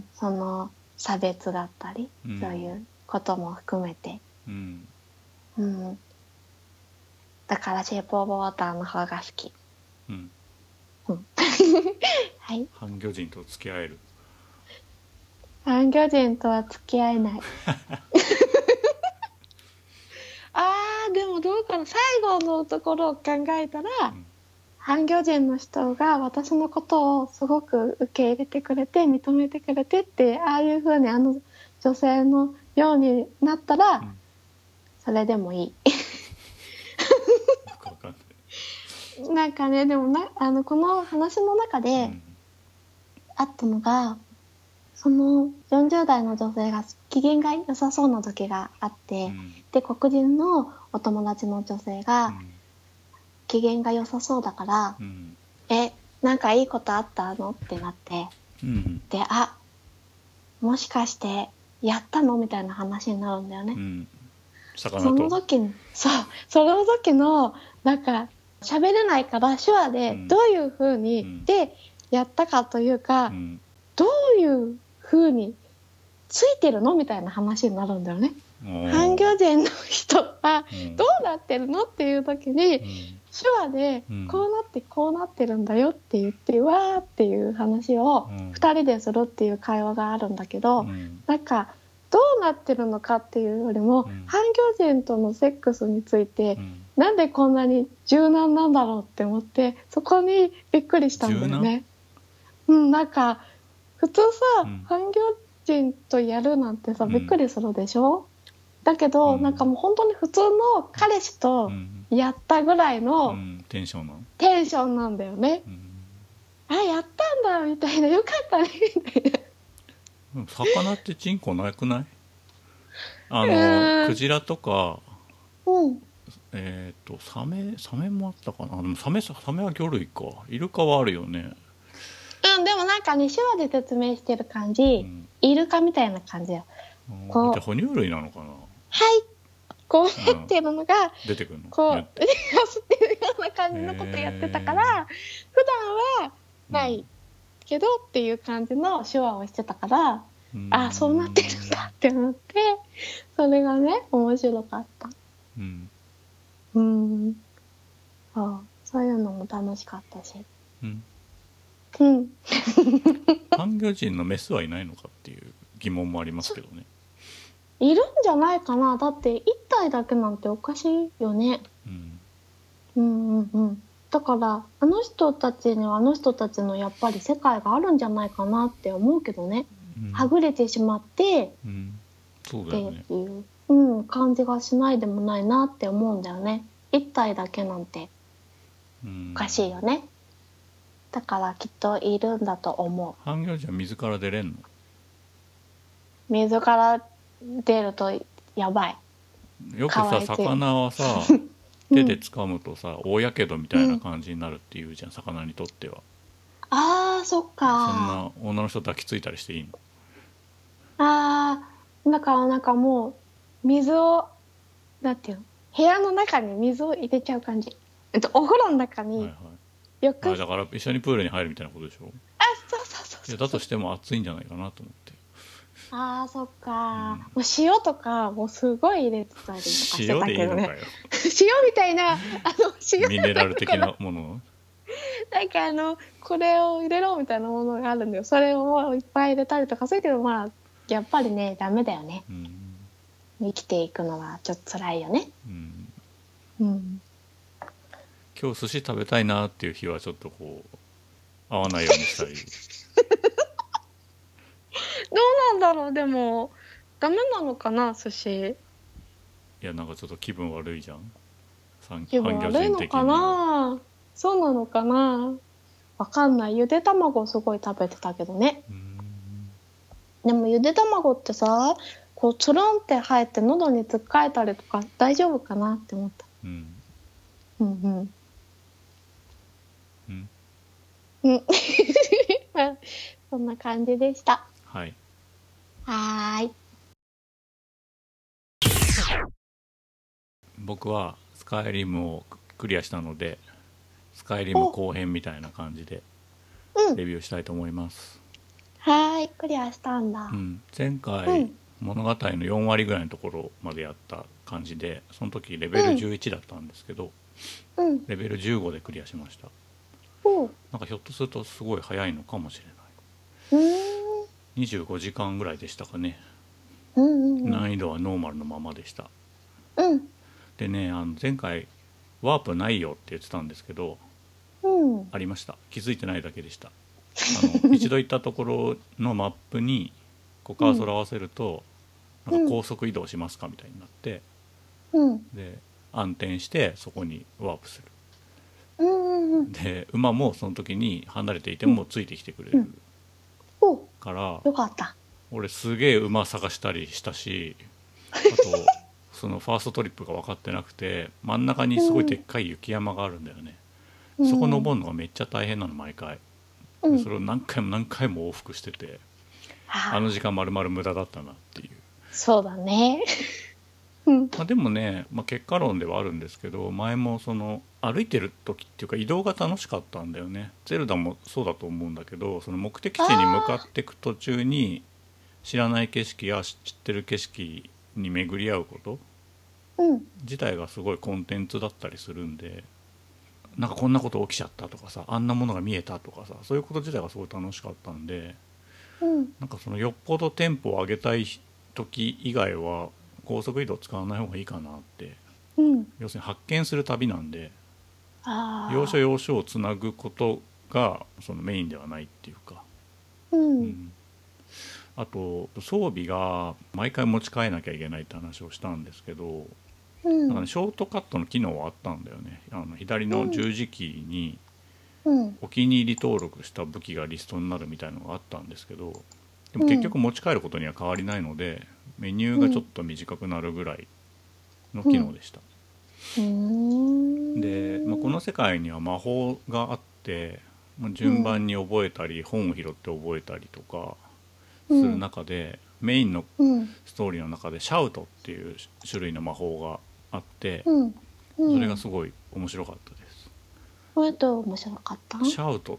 その差別だったり、うん、そういうことも含めてうんうん、だからシェイプオブウォーターの方が好き、うんうん、はい。 半魚人と付き合える？ 半魚人とは付き合えないあーでもどうかな、最後のところを考えたら、うん、半魚人の人が私のことをすごく受け入れてくれて認めてくれてって、ああいう風にあの女性のようになったら、うんそれでもいいなんかね、でもなあのこの話の中であったのが、うん、そのよんじゅう代の女性が機嫌が良さそうな時があって、うん、で黒人のお友達の女性が、うん、機嫌が良さそうだから、うん、えなんかいいことあったのってなって、うん、であもしかしてやったのみたいな話になるんだよね、うんその時にそうその時のなんか喋れないから手話でどういう風にでやったかというか、うん、どういう風についてるのみたいな話になるんだよね。半魚人の人はどうなってるのっていう時に、うん、手話でこうなってこうなってるんだよって言って、うん、わーっていう話をふたりでするっていう会話があるんだけど、うん、なんかどうなってるのかっていうよりも、うん、半魚人とのセックスについて、うん、なんでこんなに柔軟なんだろうって思って、そこにびっくりしたんだよね。うん、なんか普通さ、うん、半魚人とやるなんてさびっくりするでしょ、うん、だけど、うん、なんかもう本当に普通の彼氏とやったぐらいの、 うんうん、テンションなテンションなんだよね、うん、あ、やったんだみたいな、よかったねみたいな。 魚ってチンコなくない？あのクジラとか、 うん、 えっ、ー、とサメサメもあったかな。でもサメサメは魚類か。イルカはあるよね。 うん、でもなんかね、手話で説明してる感じ、うん、イルカみたいな感じよ。 こうじゃ哺乳類なのかな。 はいこうやってるのが、うん、 出てくるのこう走ってるような感じのことやってたから、普段はない、うん、けどっていう感じの手話をしてたから、うん、ああそうなってるんだって思って、それがね面白かった。うんうんそうそういうのも楽しかったし、うんうん、 半魚人のメスはいないのかっていう疑問もありますけどね。 いるんじゃないかな。だって一体だけなんておかしいよね、うん、うんうんうんだからあの人たちにはあの人たちのやっぱり世界があるんじゃないかなって思うけどね、うん、はぐれてしまって、うん、 そうだよね、 っていう、うん、感じがしないでもないなって思うんだよね。一体だけなんておかしいよね、うん、だからきっといるんだと思う。 半魚人は水から出れんの？ 水から出るとやばい。 よくさ魚はさ手で掴むとさ、うん、大やけどみたいな感じになるっていうじゃん、うん、魚にとっては。 あーそっか。 そんな女の人抱きついたりしていいの？ あーだからなんかもう水をなんていうの、部屋の中に水を入れちゃう感じ、えっと、お風呂の中に、はいはい、よくあだから一緒にプールに入るみたいなことでしょ。 あそうそうそうそう。いやだとしても暑いんじゃないかなと思って。 あーそっか、うん、もう塩とかもうすごい入れてたりとかしてたけどね。塩でいいのかよ塩みたいなあの塩ミネラル的なものなんかあのこれを入れろみたいなものがあるんだよ。それをいっぱい入れたりとかするけど、まあやっぱりねダメだよね、うん、生きていくのはちょっと辛いよね、うんうん、今日寿司食べたいなっていう日はちょっとこう合わないようにしたりどうなんだろう。でもダメなのかな寿司。 いやなんかちょっと気分悪いじゃん。 気分悪いのかな。そうなのかな。わかんない。ゆで卵すごい食べてたけどね。うんでもゆで卵ってさこうつるんって生えて喉につっかえたりとか大丈夫かなって思った、うん、うんうんうんうんそんな感じでした。 はいはーい。 僕はスカイリムをクリアしたのでスカイリム後編みたいな感じでレビューしたいと思います、 うん、はーいクリアしたんだ、 うん、前回、うん、物語のよんわりぐらいのところまでやった感じでその時レベルじゅういちだったんですけど、うん、レベルじゅうごでクリアしました、うん、なんかひょっとするとすごい早いのかもしれない、うん、にじゅうごじかんぐらいでしたかね、うんうんうん、難易度はノーマルのままでした、うん、でねあの前回ワープないよって言ってたんですけど、うん、ありました。気づいてないだけでした。あの一度行ったところのマップにこうカーソル合わせると、うん、なんか高速移動しますかみたいになって、うん、で暗転してそこにワープする、うんうんうん、で馬もその時に離れていてもついてきてくれる、うんうん、からよかった。 俺すげえ馬探したりしたし、あとそのファーストトリップが分かってなくて真ん中にすごいでっかい雪山があるんだよね、うん、そこ登るのがめっちゃ大変なの毎回、うん、それを何回も何回も往復してて、うん、あの時間丸々無駄だったなっていう。 そうだねまあでもね、まあ、結果論ではあるんですけど前もその歩いてる時っていうか移動が楽しかったんだよね。ゼルダもそうだと思うんだけどその目的地に向かっていく途中に知らない景色や知ってる景色に巡り合うこと自体がすごいコンテンツだったりするんで、なんかこんなこと起きちゃったとかさあんなものが見えたとかさそういうこと自体がすごい楽しかったんで、うん、なんかそのよっぽどテンポを上げたい時以外は高速移動使わない方がいいかなって。 うん、 要するに発見する旅なんで、 ああ、 要所要所をつなぐことがそのメインではないっていうか、 ううんん、あと装備が毎回持ち帰らなきゃいけないって話をしたんですけど、 うんなんかね、ショートカットの機能はあったんだよね。あの左の十字キーにうんお気に入り登録した武器がリストになるみたいのがあったんですけど、でも結局持ち帰ることには変わりないので、メニューがちょっと短くなるぐらいの機能でした。 うーんで、まあ、この世界には魔法があって、まあ、順番に覚えたり、本を拾って覚えたりとかする中で、メインのうんストーリーの中でシャウトっていう種類の魔法があって、 うんうん、 それがすごい面白かったです。 これと面白かったシャウトって、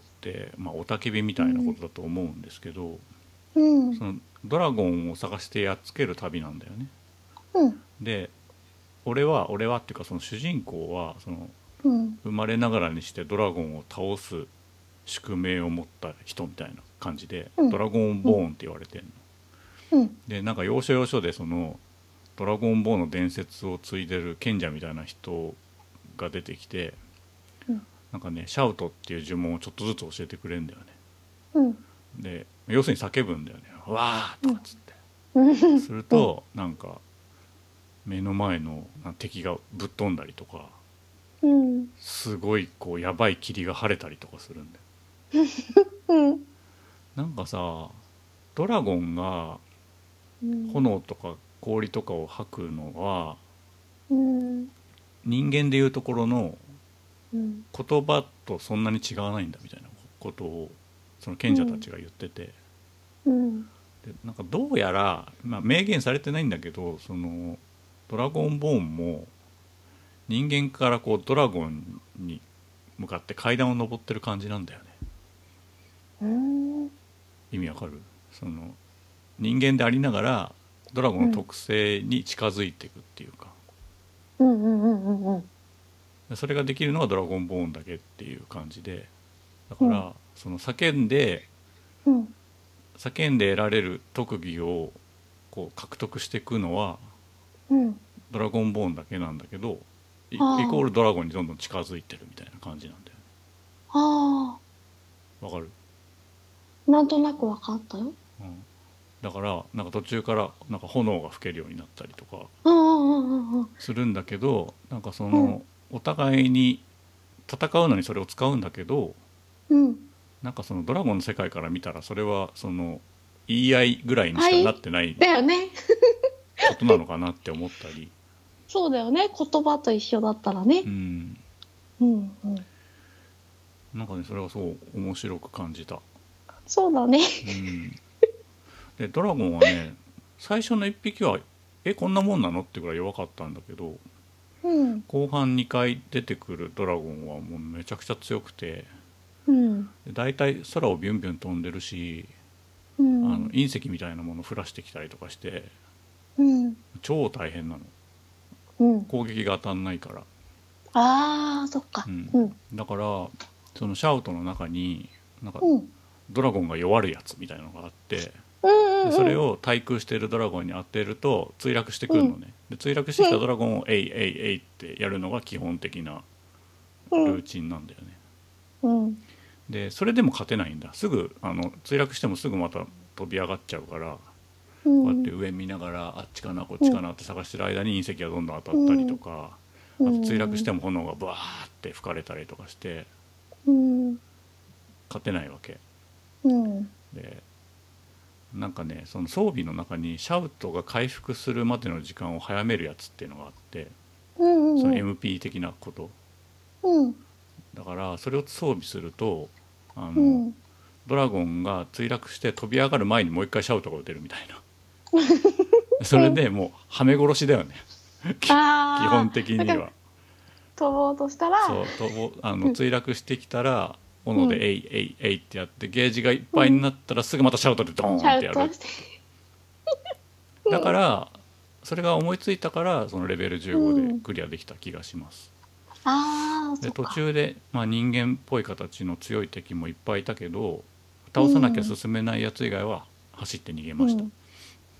まあ、雄たけびみたいなことだと思うんですけど、 うんそのドラゴンを探してやっつける旅なんだよね。 うんで俺は俺はっていうか、その主人公はそのうん生まれながらにしてドラゴンを倒す宿命を持った人みたいな感じで、 うんドラゴンボーンって言われてるの、 うんでなんか要所要所でそのドラゴンボーンの伝説を継いでる賢者みたいな人が出てきて、 うんなんかねシャウトっていう呪文をちょっとずつ教えてくれるんだよね。 うんで要するに叫ぶんだよね、わーとかっつって、 うんするとなんか目の前の敵がぶっ飛んだりとか、 うんすごいこうやばい霧が晴れたりとかするんだよ。 うんなんかさ、ドラゴンがうん炎とか氷とかを吐くのはうん人間でいうところのうん言葉とそんなに違わないんだみたいなことをその賢者たちが言ってて、 うんでなんかどうやら、まあ、明言されてないんだけど、そのドラゴンボーンも人間からこうドラゴンに向かって階段を登ってる感じなんだよね。 うん意味わかる？その人間でありながらドラゴンの特性に近づいていくっていうか、 うんうんうんうんそれができるのはドラゴンボーンだけっていう感じで、だから、 うんその叫んでうん叫んで得られる特技をこう獲得していくのはうんドラゴンボーンだけなんだけど、イイあーコールドラゴンにどんどん近づいてるみたいな感じなんだよね。 あわかる？ あ、なんとなく分かったよ。 うん、だからなんか途中からなんか炎が吹けるようになったりとかうんうんうんうんするんだけど、なんかその、お互いに戦うのにそれを使うんだけど、 うんなんかそのドラゴンの世界から見たらそれはその言い合いぐらいにしかなってないだよね。 ことなのかなって思ったり、 そうだよね。言葉と一緒だったらねう。ん、 うんうん。 なんかねそれはそう面白く感じた。 そうだね。 うん、でドラゴンはね最初のいっぴきはえこんなもんなのってぐらい弱かったんだけど、 うん後半にかい出てくるドラゴンはもうめちゃくちゃ強くて、 うんだいたい空をビュンビュン飛んでるし、 うんあの隕石みたいなものを降らしてきたりとかしてうん超大変なの。 うん。 攻撃が当たんないから、 ああ、そっか。 うんうんだからそのシャウトの中になんかうんドラゴンが弱るやつみたいなのがあって、 うんうん。 でそれを対空しているドラゴンに当てると墜落してくるのね、で墜落してきたドラゴンを「えいえいえい」ってやるのが基本的なルーチンなんだよね。 うんでそれでも勝てないんだ。すぐあの墜落してもすぐまた飛び上がっちゃうから、 うこうやっんて上見ながらあっちかなこっちかなって探してる間に隕石がどんどん当たったりとか、あと墜落しても炎がバーって吹かれたりとかしてうん勝てないわけうんで、なんかねその装備の中にシャウトが回復するまでの時間を早めるやつっていうのがあって、 うんその エムピー 的なこと、 うんだからそれを装備するとあの、 うんドラゴンが墜落して飛び上がる前にもう一回シャウトが打てるみたいなそれでもうはめ殺しだよね基あー本的には。 飛ぼうとしたらそうとぼあの墜落してきたら斧で「えいえいえい」ってやってゲージがいっぱいになったらすぐまたシャウトでドーンシってやる。 ャウトしてだからそれが思いついたからそのレベルじゅうごでクリアできた気がします。 ああ、そで途っか。 中で、まあ、人間っぽい形の強い敵もいっぱいいたけど倒さなきゃ進めないやつ以外は走って逃げました。 うん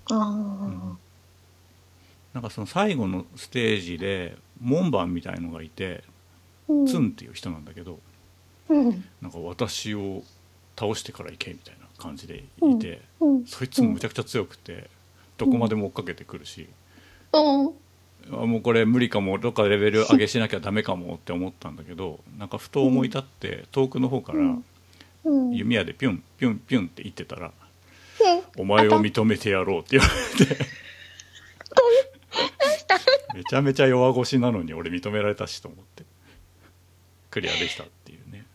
ああ、 うん、なんかその最後のステージで門番みたいのがいて、 うん、 ツンっていう人なんだけど、 うん、 なんか私を倒してから行けみたいな感じでうん、 いて、 うん、 そいつもむちゃくちゃ強くてどこまでも追っかけてくるし、 うん、 あもうこれ無理かも、どっかレベル上げしなきゃダメかもって思ったんだけど、なんかふと思い立って遠くの方からうん、 弓矢でピュンピュンピュンって言ってたら、 うん、 お前を認めてやろうって言われてめちゃめちゃ弱腰なのに俺認められたしと思ってクリアできたっていうね。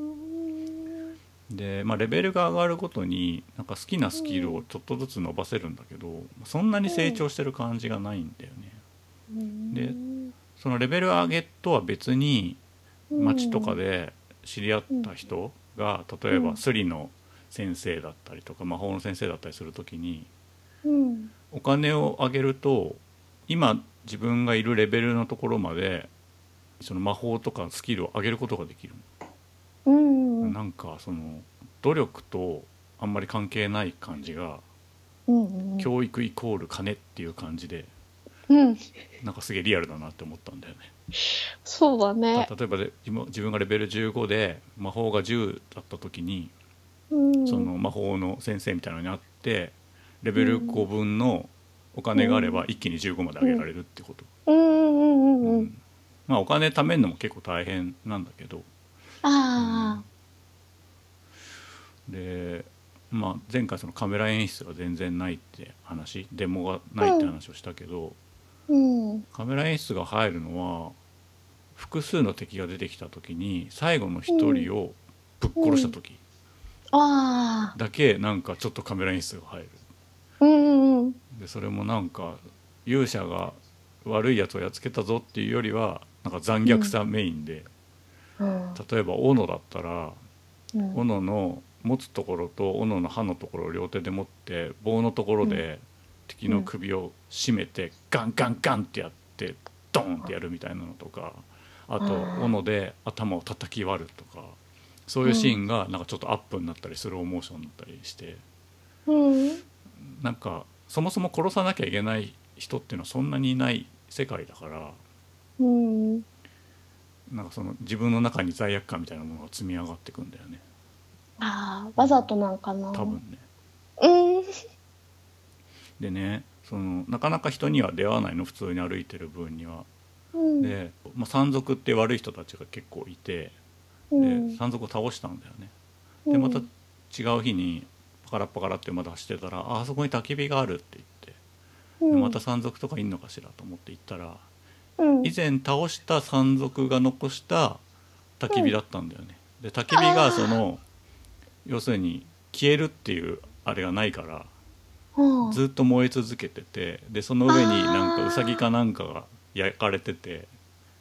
で、まあ、レベルが上がるごとになんか好きなスキルをちょっとずつ伸ばせるんだけど、そんなに成長してる感じがないんだよね。でそのレベル上げとは別に街とかで知り合った人が例えばスリの先生だったりとか魔法の先生だったりする時に、お金をあげると今自分がいるレベルのところまでその魔法とかスキルを上げることができる。 うん、 なんかその努力とあんまり関係ない感じが、 うん、 教育イコール金っていう感じで、 うん、 なんかすげえリアルだなって思ったんだよね。 そうだね。 例えばで自分がレベルじゅうごで魔法がじゅうだった時に、 うん、 その魔法の先生みたいなのに会ってレベルごぶんのお金があれば一気にじゅうごまで上げられるってこと。 うん、うん、うん、うん。 まあお金貯めるのも結構大変なんだけど、 ああ、 うん、で、まあ、前回そのカメラ演出が全然ないって話、デモがないって話をしたけど、 うん、 カメラ演出が入るのは複数の敵が出てきた時に最後の一人をぶっ殺した時ああ、 だけなんかちょっとカメラ演出が入る。 うん、うん、 でそれもなんか勇者が悪いやつをやっつけたぞっていうよりはなんか残虐さメインで、 うん、 例えば斧だったらうん、 斧の持つところと斧の刃のところを両手で持って棒のところで敵の首を絞めてガンガンガンってやってドーンってやるみたいなのとか、あと斧で頭を叩き割るとか、そういうシーンがなんかちょっとアップになったりスローモーションになったりして、 うん、 なんかそもそも殺さなきゃいけない人っていうのはそんなにいない世界だから、 うん、 なんかその自分の中に罪悪感みたいなものが積み上がってくんだよね。 ああ、わざとなんかな。 多分ね。 うん、 でね、そのなかなか人には出会わないの、普通に歩いてる分には。 うん、 で、まあ、山賊って悪い人たちが結構いて、 うん、 で山賊を倒したんだよね。 うん、 でまた違う日にパカラッパカラってまだ走ってたら、ああそこに焚き火があるって言って、 うん、 でまた山賊とかいんのかしらと思って行ったら、 うん、 以前倒した山賊が残した焚き火だったんだよね。で焚き火がその要するに消えるっていうあれがないからうん、 ずっと燃え続けてて、でその上になんかウサギかなんかが焼かれてて、 うん、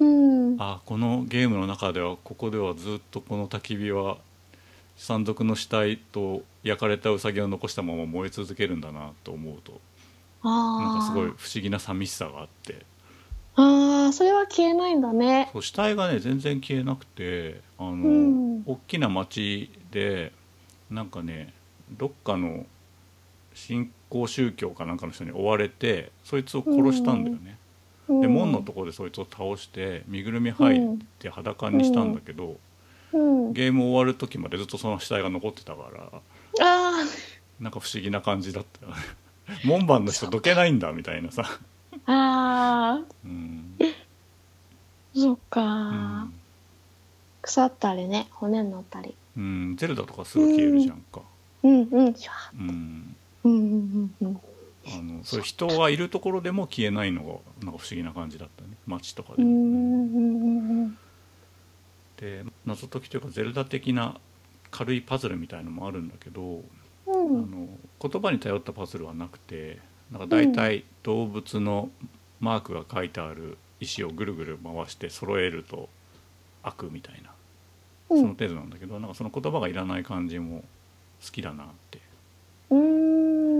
あこのゲームの中ではここではずっとこの焚き火は山賊の死体と焼かれたウサギを残したまま燃え続けるんだなと思うと、なんかすごいあ不思議な寂しさがあって、 あ、ああ、それは消えないんだね。 そう死体がね全然消えなくて、あの、 うん、 大きな町でなんかねどっかの新興宗教かなんかの人に追われてそいつを殺したんだよね。 うん、 で門のところでそいつを倒して身ぐるみ剥いて裸にしたんだけど、 うん、 ゲーム終わる時までずっとその死体が残ってたからあなんか不思議な感じだったよね。門番の人どけないんだみたいなさ。 あ、ああ、 うん、 そっうか、 ん腐ったりね、骨になったり。 うん、ゼルダとかすぐ消えるじゃんか。 うん、うん、シュワうん、 ー、うん、うん、うん、 あのそういう人がいるところでも消えないのがなんか不思議な感じだったね、街とかでも。 うん、うん、うん、 で謎解きというかゼルダ的な軽いパズルみたいのもあるんだけど、 うあん、 の言葉に頼ったパズルはなくて、なんか大体動物のマークが書いてある石をぐるぐる回して揃えると開くみたいな、 うん、 その程度なんだけど、なんかその言葉がいらない感じも好きだなってうん、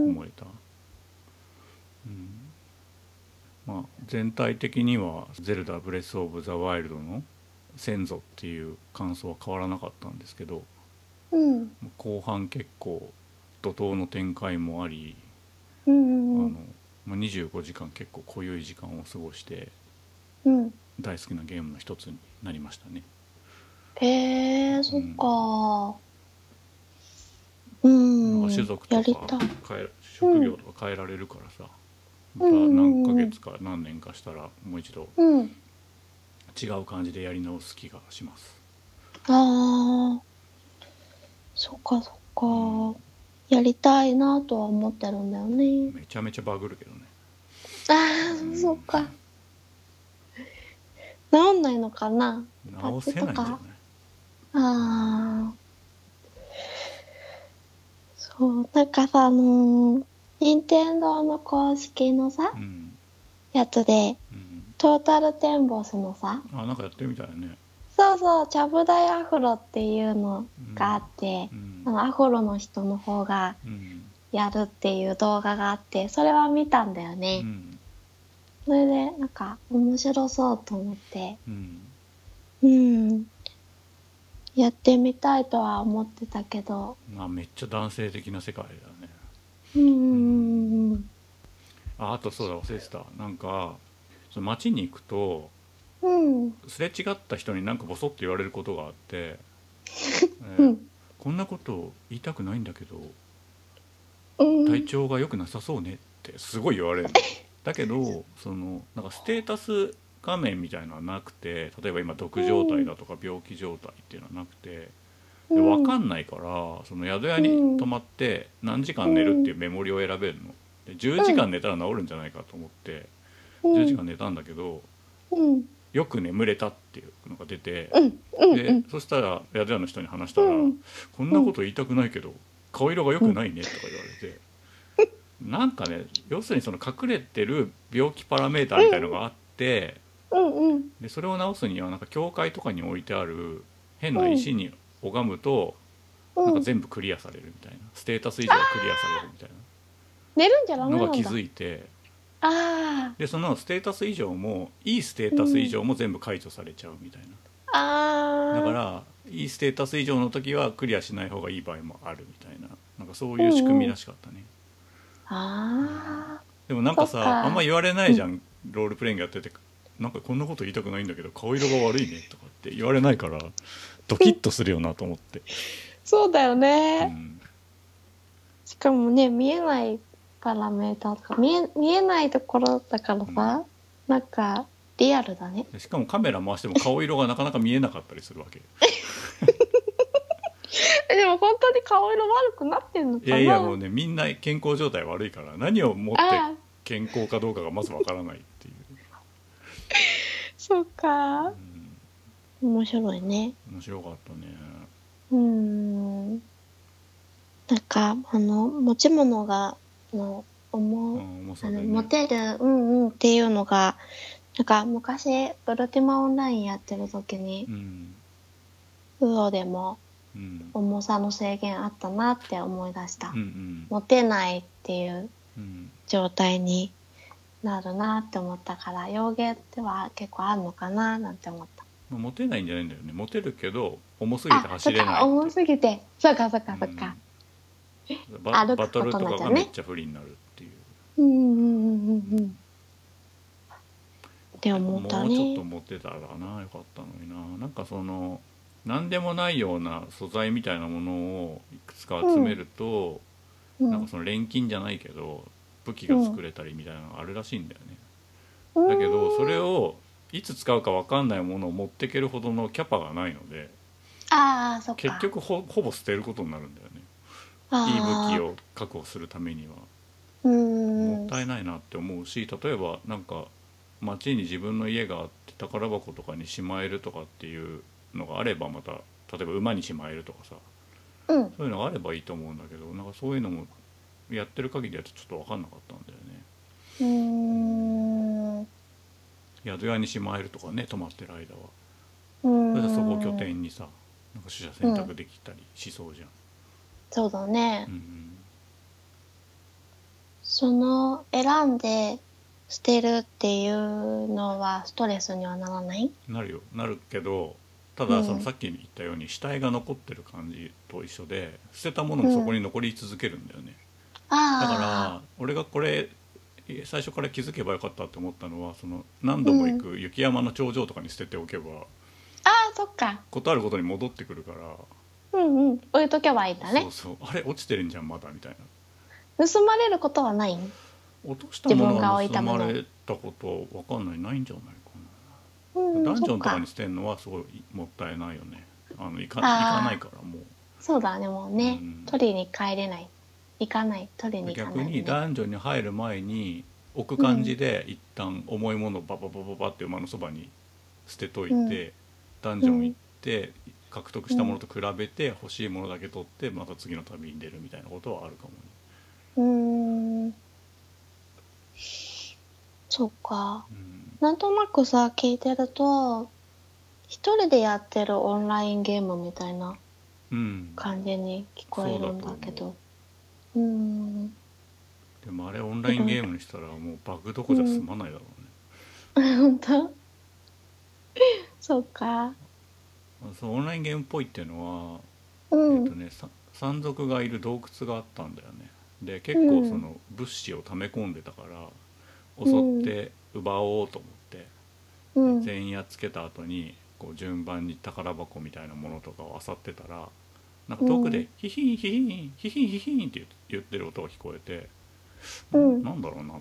思えた。うんまあ、全体的には「ゼルダ・ブレス・オブ・ザ・ワイルド」の先祖っていう感想は変わらなかったんですけど、 うん、 後半結構怒涛の展開もあり、 うんうんあの、まあ、にじゅうごじかん結構濃い時間を過ごしてうん大好きなゲームの一つになりましたね。 へえ、そっうん、 か。うなんか種ん、 族とかやりたい。 変え職うん業とか変えられるからさ、またうんう何ヶんうん月か何年かしたらもう一度うん。 違う感じでやり直す気がします。 ああ、そっかそうんっか。やりたいなとは思ってるんだよね。 めちゃめちゃバグるけどね。 ああ、 うんそっか。治んないのかな、パッ直チとか。 せないんじゃない？ ああ、そう、なんかさ、あのー、任天堂の公式のさ、 うんやつで、 うんトータルテンボスのさ、 あなんかやってるみたいだね。 そうそう、ちゃぶ台アフロっていうのがあって、 うんあのアフロの人の方がうんやるっていう動画があって、それは見たんだようね。 んそれで、なんか、面白そうと思って、 うんうん、やってみたいとは思ってたけど、 まあめっちゃ男性的な世界だね。 うんうんうんああとそうだ忘れてた。なんかその街に行くとうんうんすれ違った人になんかボソッと言われることがあって、えーうんこんなこと言いたくないんだけどうん体調が良くなさそうねってすごい言われるの。だけどそのなんかステータス画面みたいなのはなくて、例えば今毒状態だとか病気状態っていうのはなくて、で分かんないからその宿屋に泊まって何時間寝るっていうメモリを選べるので、じゅうじかん寝たら治るんじゃないかと思ってじゅうじかん寝たんだけど、 うんよく眠れたっていうのが出て、 うんうんでそしたら宿屋の人に話したら、 うんこんなこと言いたくないけど顔色が良くないねとか言われて、なんかね要するにその隠れてる病気パラメーターみたいのがあって、 うんうんでそれを治すにはなんか教会とかに置いてある変な石に拝むと、なんか全部クリアされるみたいな、ステータス以上クリアされるみたい寝るんじゃダなメなんだ。 のが気づいて、 あでそのステータス以上もいいステータス以上も全部解除されちゃうみたいな、 あああだからいいステータス以上の時はクリアしない方がいい場合もあるみたいな、なんかそういう仕組みらしかったね。 ああでもなんかさそっかあんま言われないじゃん、ロールプレイングやってて、なんかこんなこと言いたくないんだけど顔色が悪いねとかって言われないからドキッとするよなと思って、 そうだようね、 ん、 しかもね見えないパラメーターとか見え見えないところだからさ、うん、なんかリアルだね。 しかもカメラ回しても顔色がなかなか見えなかったりするわけでも本当に顔色悪くなってんのかな。 いやいやもうねみんな健康状態悪いから何をもって健康かどうかがまずわからないっていうそうか、うん、面白いね。 面白かったね。 うーんなんかあの持ち物がの重、うん、重さでね、持てるうんうんっていうのがなんか昔ウルティマオンラインやってる時に、うん、ウオでも重さの制限あったなって思い出した、うんうん、持てないっていう状態になるなって思ったから、洋芸っては結構あるのかななんて思った。 持てないんじゃないんだよね。持てるけど重すぎて走れないって。 重すぎてそうかそうかそうか、 うん、バ, バトルとかがめっちゃ不利になるっていう。 うんうんうんうんうんって思ったね。 もうちょっと持ってたらなよかったのにな。なんかその何でもないような素材みたいなものをいくつか集めると、うん、なんかその錬金じゃないけど武器が作れたりみたいなのがあるらしいんだよね、うん、だけどそれをいつ使うか分かんないものを持っていけるほどのキャパがないので、 あーそっか結局 ほ, ほぼ捨てることになるんだよね。いい武器を確保するためにはうんもったいないなって思うし、例えばなんか街に自分の家があって宝箱とかにしまえるとかっていうのがあれば、また例えば馬にしまえるとかさ、 うん、 そういうのがあればいいと思うんだけど、なんかそういうのもやってる限りだとちょっと分かんなかったんだよね。 うーん宿屋にしまえるとかね、泊まってる間はうーんそれでそこを拠点にさ、なんか取捨選択できたりしそうじゃん、うん、 そうだね、 うんうん、 その選んで捨てるっていうのはストレスにはならない？ なるよ、なるけどただそのさっき言ったように死体が残ってる感じと一緒で、捨てたものもそこに残り続けるんだよね、 だかあら俺がこれ最初から気づけばよかったって思ったのは、その何度も行く雪山の頂上とかに捨てておけば、 あ、ああ、そっか。 ことあることに戻ってくるから、 うんうん。置いとけばいいんだね。 そうそう、あれ落ちてるんじゃんまだみたい盗まれることはないん？ な、落としたもの自分が置いたが盗もの。 まれたことわかんない、ないんじゃないかうん、 な。ダンジョンとかそっか。 に捨てるのはすごいもったいないよね。あの行か、行ああ、 かないからもう。 そうだね、もうね。 うん取りに帰れない。行かない。取りに行か逆ないね。 にダンジョンに入る前に置く感じで一旦重いものをバババババって馬のそばに捨てといて、 うん、 ダンジョン行って獲得したものと比べて欲しいものだけ取ってまた次の旅に出るみたいなことはあるかもね。 うーん、そっか。 うん、 なんとなくさ、聞いてると、一人でやってるオンラインゲームみたいなうん、 感じに聞こえるんだけそうだと思ど。うーん。 でもあれオンラインゲームにしたらもうバグどこじゃ済まないだろうね。 本当？そっか。 そうオンラインゲームっぽいっていうのは、 うん。 えっとね、さ山賊がいる洞窟があったんだよね。で結構その物資を溜め込んでたから襲って奪おうと思って、 うん。 全員やっつけた後にこう順番に宝箱みたいなものとかを漁ってたら、なんか遠くでヒヒンヒヒンヒヒンヒヒンって言ってる音が聞こえて、 うん。 なんだろうなと思って、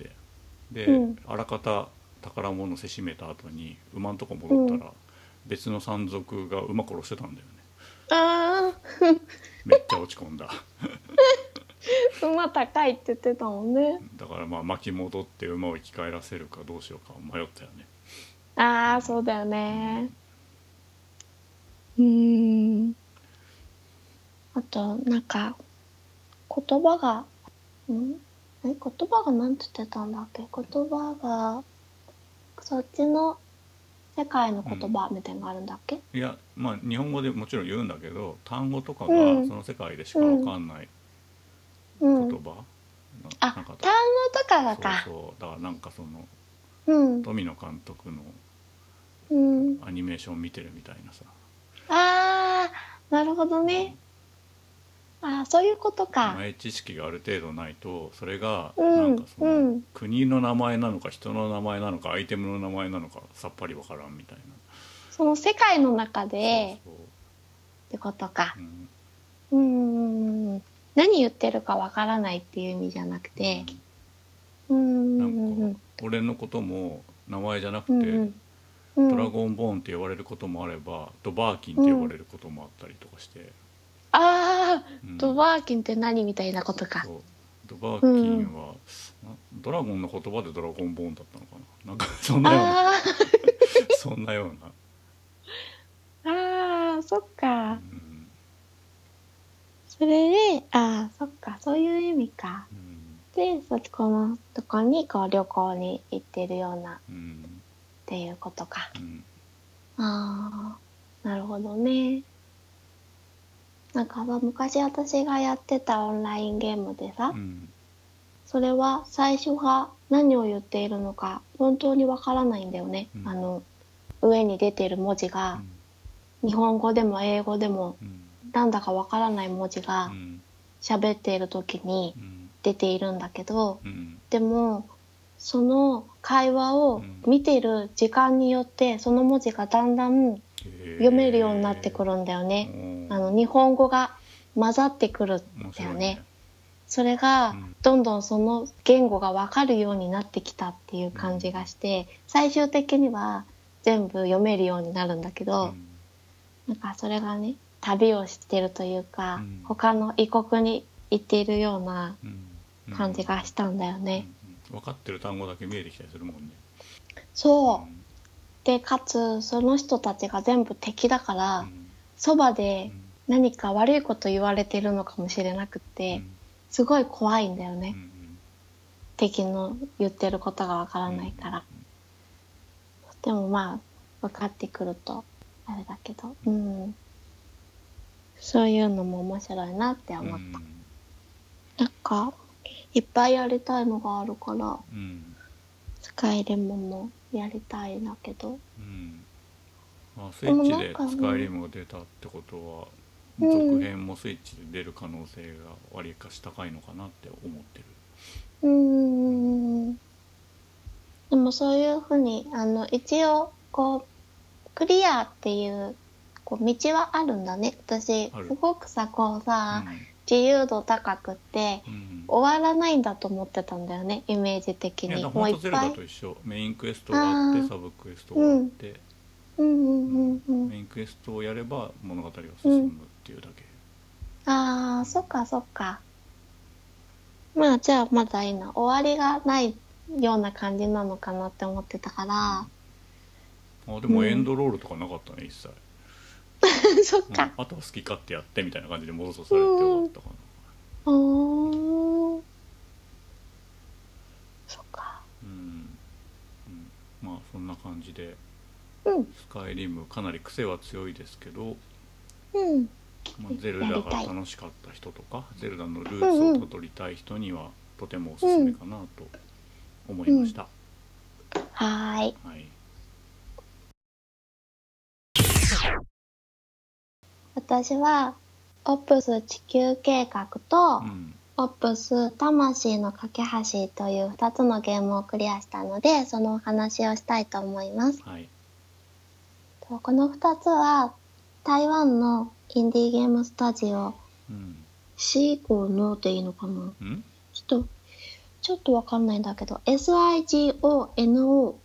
で、 うん。 あらかた宝物せしめた後に馬んとこ戻ったら、別の山賊が馬殺してたんだよね。 ああ、 めっちゃ落ち込んだ。 馬高いって言ってたもんね。 だからまあ巻き戻って馬を生き返らせるかどうしようか迷ったよね。 ああ、そうだよね。うーん。あと、なんか、言葉が、んえ、言葉がなんて言ってたんだっけ？言葉が、そっちの世界の言葉みたいなのがあるんだっけ？ いやまあ日本語でもちろん言うんだけど、単語とかうんがその世界でしかわかんないうん。 言葉、 あ、 ななんか単語とかがそうか。 そう、だからなんかそのうん。 富野監督のうん。 アニメーション見てるみたいなさ、 あー、なるほどね。あー、そういうことか。 前知識がある程度ないと、それがうん、 なんかそのうん。 国の名前なのか人の名前なのかアイテムの名前なのかさっぱりわからんみたいな。 その世界の中そうで、 そう、 ってことか。 うん、 うん。何言ってるかわからないっていう意味じゃなくて、ううん、なんん。 か俺のことも名前じゃなくて、 うんうん。 ドラゴンボーンって呼ばれることもあればドバーキンって呼ばれることもあったりとかして、 あー、 うん、 ドバーキンって何みたいなことか。 そうドバーキンは、なドラゴンの言葉でドラゴンボーンだったのかな、なんかそんなようなあそんなような、 ー、あー、そっか。 うん、 それで、あー、そっか、そういう意味か。 うん、 で、そこのとこにこう旅行に行ってるようなっうん、 ていうことか。 うん、 あー、なるほどね。なんか昔私がやってたオンラインゲームでさ、 うん、 それは最初が何を言っているのか本当にわからないんだよね。 うん、 あの上に出てる文字が、日本語でも英語でもうん、 なんだかわからない文字うがん、 喋っている時にうん、 出ているんだけど、 うん、 でもその会話を見てる時間によってその文字がだんだん読めるようになってくるんだよね。あの日本語が混ざってくるんだよね。 ね、 それがうんどんどんその言語が分かるようになってきたっていう感じがして、最終的には全部読めるようになるんだけど、 うん、 なんかそれがね、旅をしてるというか、 うん、 他の異国に行っているようなうん、 感じがしたんだよね。 うん、分かってる単語だけ見えてきたりするもんね。 そう。 うん、 で、かつその人たちが全部敵だから、 うん、 そばで何か悪いこと言われてるのかもしれなくって、 うん、 すごい怖いんだよね。 うん、 敵の言ってることがわからないから。でもまあ、分かってくると、あれだけど、うん。そういうのも面白いなって思った。 うん、 なんか、いっぱいやりたいのがあるから、 うん、 スカイリムもやりたいんだけど。 うん、まあ、スイッチでスカイリムが出たってことは続編もスイッチで出る可能性がわりかし高いのかなって思ってる。 うーん。でもそういうふうに、あの、一応、こう、クリアっていう、こう、道はあるんだね。私、 あるすごくさ、こうさ、 うん自由度高くって、 うん終わらないんだと思ってたんだよね、イメージ的いやに。 だからほんとゼルもういっぱい。 ダと一緒。メインクエストがあってあサブクエストがあって、 うんうんううんうん。 メインクエストをやれば物語が進むっていうだけ。 ああ、そっかそっか。まあ、じゃあまだいいな。終わりがないような感じなのかなって思ってたから。 あでもエンドロールとかなかったね、一切。 そっうん、 か。 あとは好き勝手やってみたいな感じで戻さされて終わったかな。 うーん。そっか。 うん、うん、まあそんな感じでうん。 スカイリムかなり癖は強いですけど、 うん。 まあ、ゼルダが楽しかった人とかゼルダのルーツをたどりたい人にはとてもおすすめかなと思いました。 はーい。 はい。 私は、オプス地球計画と、 うん、 オプス魂の架け橋というふたつのゲームをクリアしたので、そのお話をしたいと思います。 はい。 とこのふたつは、台湾のインディーゲームスタジオ、 うん。 シーゴのでいいのかな、 ん？ ちょっと、ちょっとわかんないんだけど、エスアイジーオーエヌオー、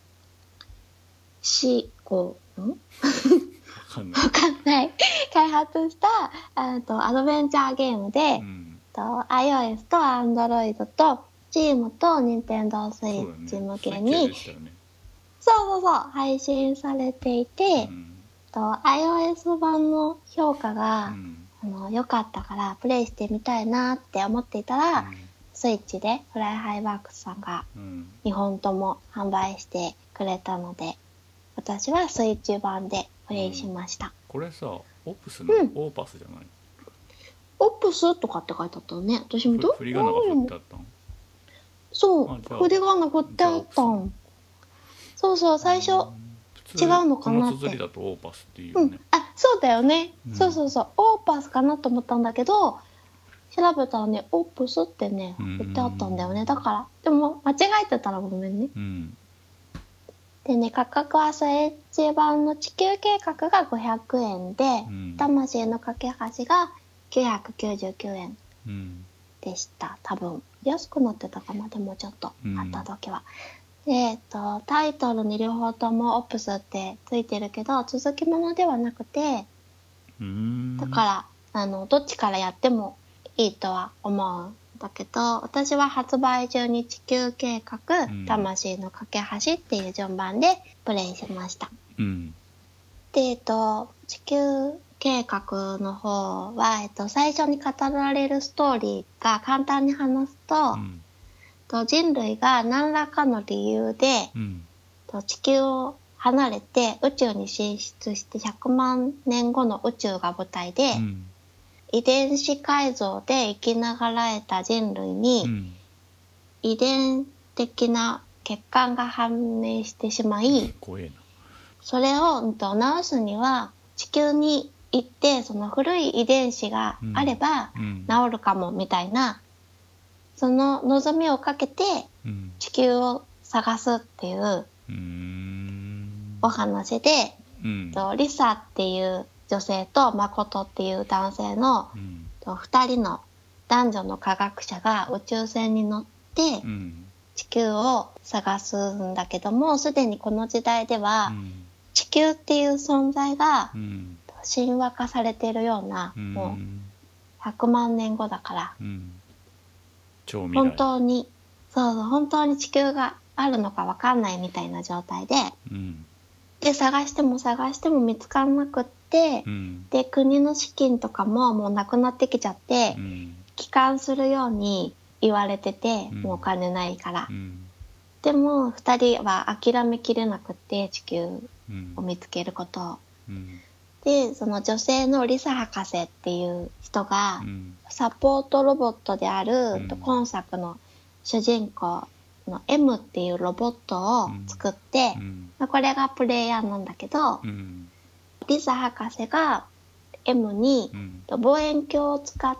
シーゴんわかんない。 わかんない。開発した、あと、アドベンチャーゲームで、 うん。 と iOS と Android と Steam と Nintendo そうだね。 Switch 向けスイッチに、 でしたよね。 そうそうそう、配信されていて、 うんと iOS 版の評価が、 うんあの良かったからプレイしてみたいなって思っていたら、スイッチでフライハイワークスさんがうんにほんとも販売してくれたので、私はスイッチ版でプレイしました。 これさ、オプスのうんオーパスじゃない？ オプスとかって書いてあったよね。私もふど振り仮名が振ってあったん？ そうあじゃあ振り仮名振ってあったん。そうそう最初普通違うのかなってこの綴りだとオーパスっていううんよね。 あそうだよね、 うんそうそうそうオーパスかなと思ったんだけど、調べたらねオープスってねうん振ってあったんだよね。だからでも間違えてたらごめんね。 うんでね、価格はスイッチ版の地球計画がごひゃくえんで、 うん、 魂の架け橋がきゅうひゃくきゅうじゅうきゅうえんうんでした。多分。安くなってたかな、でもちょっと、 うん買った時は。で、えっと、タイトルに両方ともオプスってついてるけど、続きものではなくて、 うーんだから、あの、どっちからやってもいいとは思うんだけど、私は発売中に地球計画、 うん魂の架け橋っていう順番でプレイしました。 うんで、えっと、地球計画の方は、えっと、最初に語られるストーリーが簡単に話すと、 うんと人類が何らかの理由で、 うんと地球を離れて宇宙に進出してひゃくまんねんごの宇宙が舞台で、 うん遺伝子改造で生きながらえた人類に、 うん遺伝的な欠陥が判明してしまい、 怖えな。 それを、うんと、治すには地球に行ってその古い遺伝子があればうん治るかもみたいな、その望みをかけてうん地球を探すっていううーんお話で、 うんとリサっていう女性とマコトっていう男性のうんとふたりの男女の科学者が宇宙船に乗ってうん地球を探すんだけども、すでにこの時代ではうん地球っていう存在がうん神話化されているような、 うんもうひゃくまんねんごだからうん超未来。 本当にそうそう本当に地球があるのかわかんないみたいな状態で、 うんで探しても探しても見つからなくって、 うんで国の資金とかももうなくなってきちゃってう、ん帰還するように言われてて、 うんもうお金ないから、 うんでもふたりは諦めきれなくって地球うんを見つけることを。 うんでその女性のリサ博士っていう人が、 うんサポートロボットである、 うん今作の主人公の エム っていうロボットを作って、 うんまあこれがプレイヤーなんだけど、 うんリサ博士が M に、 うん、 望遠鏡を使って、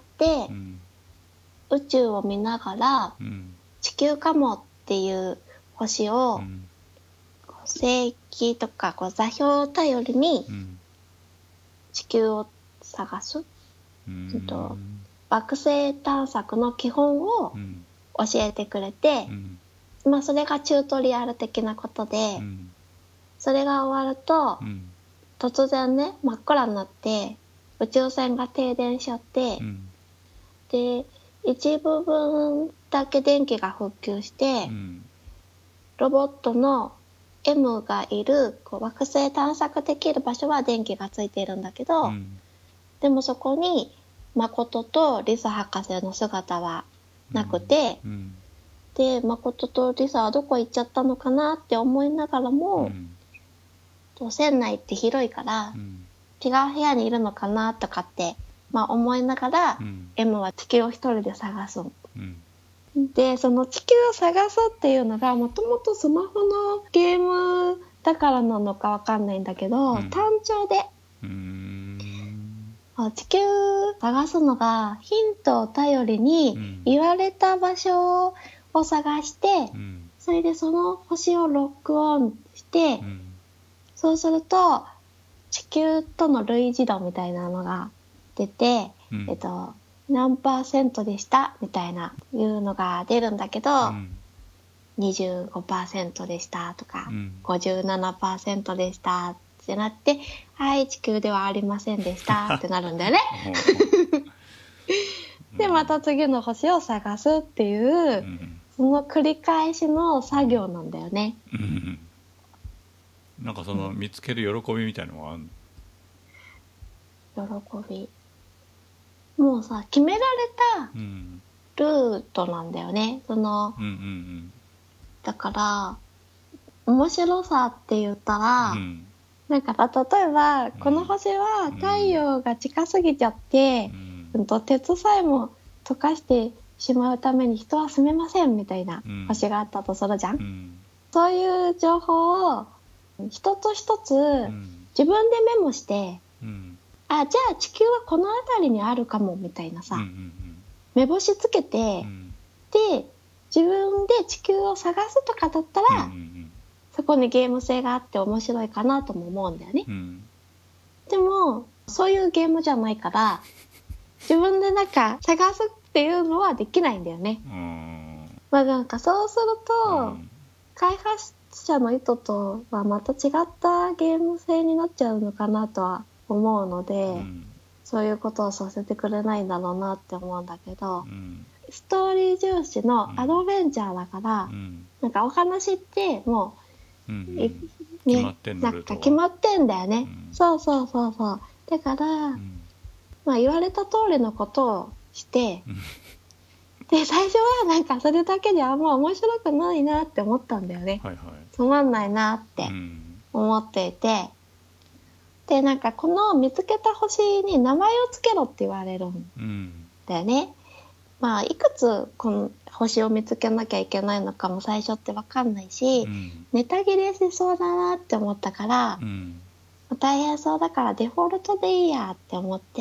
うん、 宇宙を見ながら、 うん、 地球かもっていう星を、 うん、 星域とかこう座標を頼りに地球を探す、 うん、 えっと、惑星探索の基本を教えてくれて、 うんまあそれがチュートリアル的なことで、 うん、 それが終わると、 うん、 突然ね真っ暗になって宇宙船が停電しちゃって、 うん、で一部分だけ電気が復旧して、 うん、 ロボットの M がいるこう惑星探索できる場所は電気がついているんだけど、 うん、 でもそこに誠とリサ博士の姿はなくて、 うん、 で誠とリサはどこ行っちゃったのかなって思いながらも、うん、船内って広いから、うん、違う部屋にいるのかなとかって、まあ、思いながら、うん、M は地球を一人で探す、うんでその地球を探すっていうのがもともとスマホのゲームだからなのかわかんないんだけど、うん、単調でうーん地球探すのがヒントを頼りに言われた場所を探して、うん、それでその星をロックオンして、うん、そうすると地球との類似度みたいなのが出て、うん、えっと何パーセントでしたみたいないうのが出るんだけど、うん、にじゅうごパーセント でしたとか、うん、ごじゅうななパーセント でしたってなって、はい地球ではありませんでしたってなるんだよねでまた次の星を探すっていう、うん、その繰り返しの作業なんだよね、うん、 なんかその見つける喜びみたいなのがある、喜びもうさ決められたルートなんだよね、その、うんうんうん、だから面白さって言ったら、うん、なんか例えば、うん、この星は太陽が近すぎちゃって、うんうん、鉄さえも溶かしてしまうために人は住めませんみたいな星があったとするじゃん、うん、そういう情報を一つ一つ自分でメモして、うんあ、じゃあ地球はこの辺りにあるかもみたいなさ、うんうんうん、目星つけて、うん、で自分で地球を探すとかだったら、うんうんうん、そこにゲーム性があって面白いかなとも思うんだよね、うん、でもそういうゲームじゃないから自分でなんか探すっていうのはできないんだよね、うん、まあなんかそうすると、うん、開発者の意図とはまた違ったゲーム性になっちゃうのかなとは思うので、うん、そういうことをさせてくれないんだろうなって思うんだけど、うん、ストーリー重視のアドベンチャーだから、うん、なんかお話ってもう、うんうんね、 決まってんのなんか決まってんだよね、うん、そうそうそうそうだから、うんまあ、言われた通りのことをして、うん、で最初はなんかそれだけであんま面白くないなって思ったんだよね、はいはい、つまんないなって思っていて、でなんかこの見つけた星に名前をつけろって言われるんだよね、うん、まあいくつこの星を見つけなきゃいけないのかも最初って分かんないし、うん、ネタ切れしそうだなって思ったから、うん、大変そうだからデフォルトでいいやって思って、うん、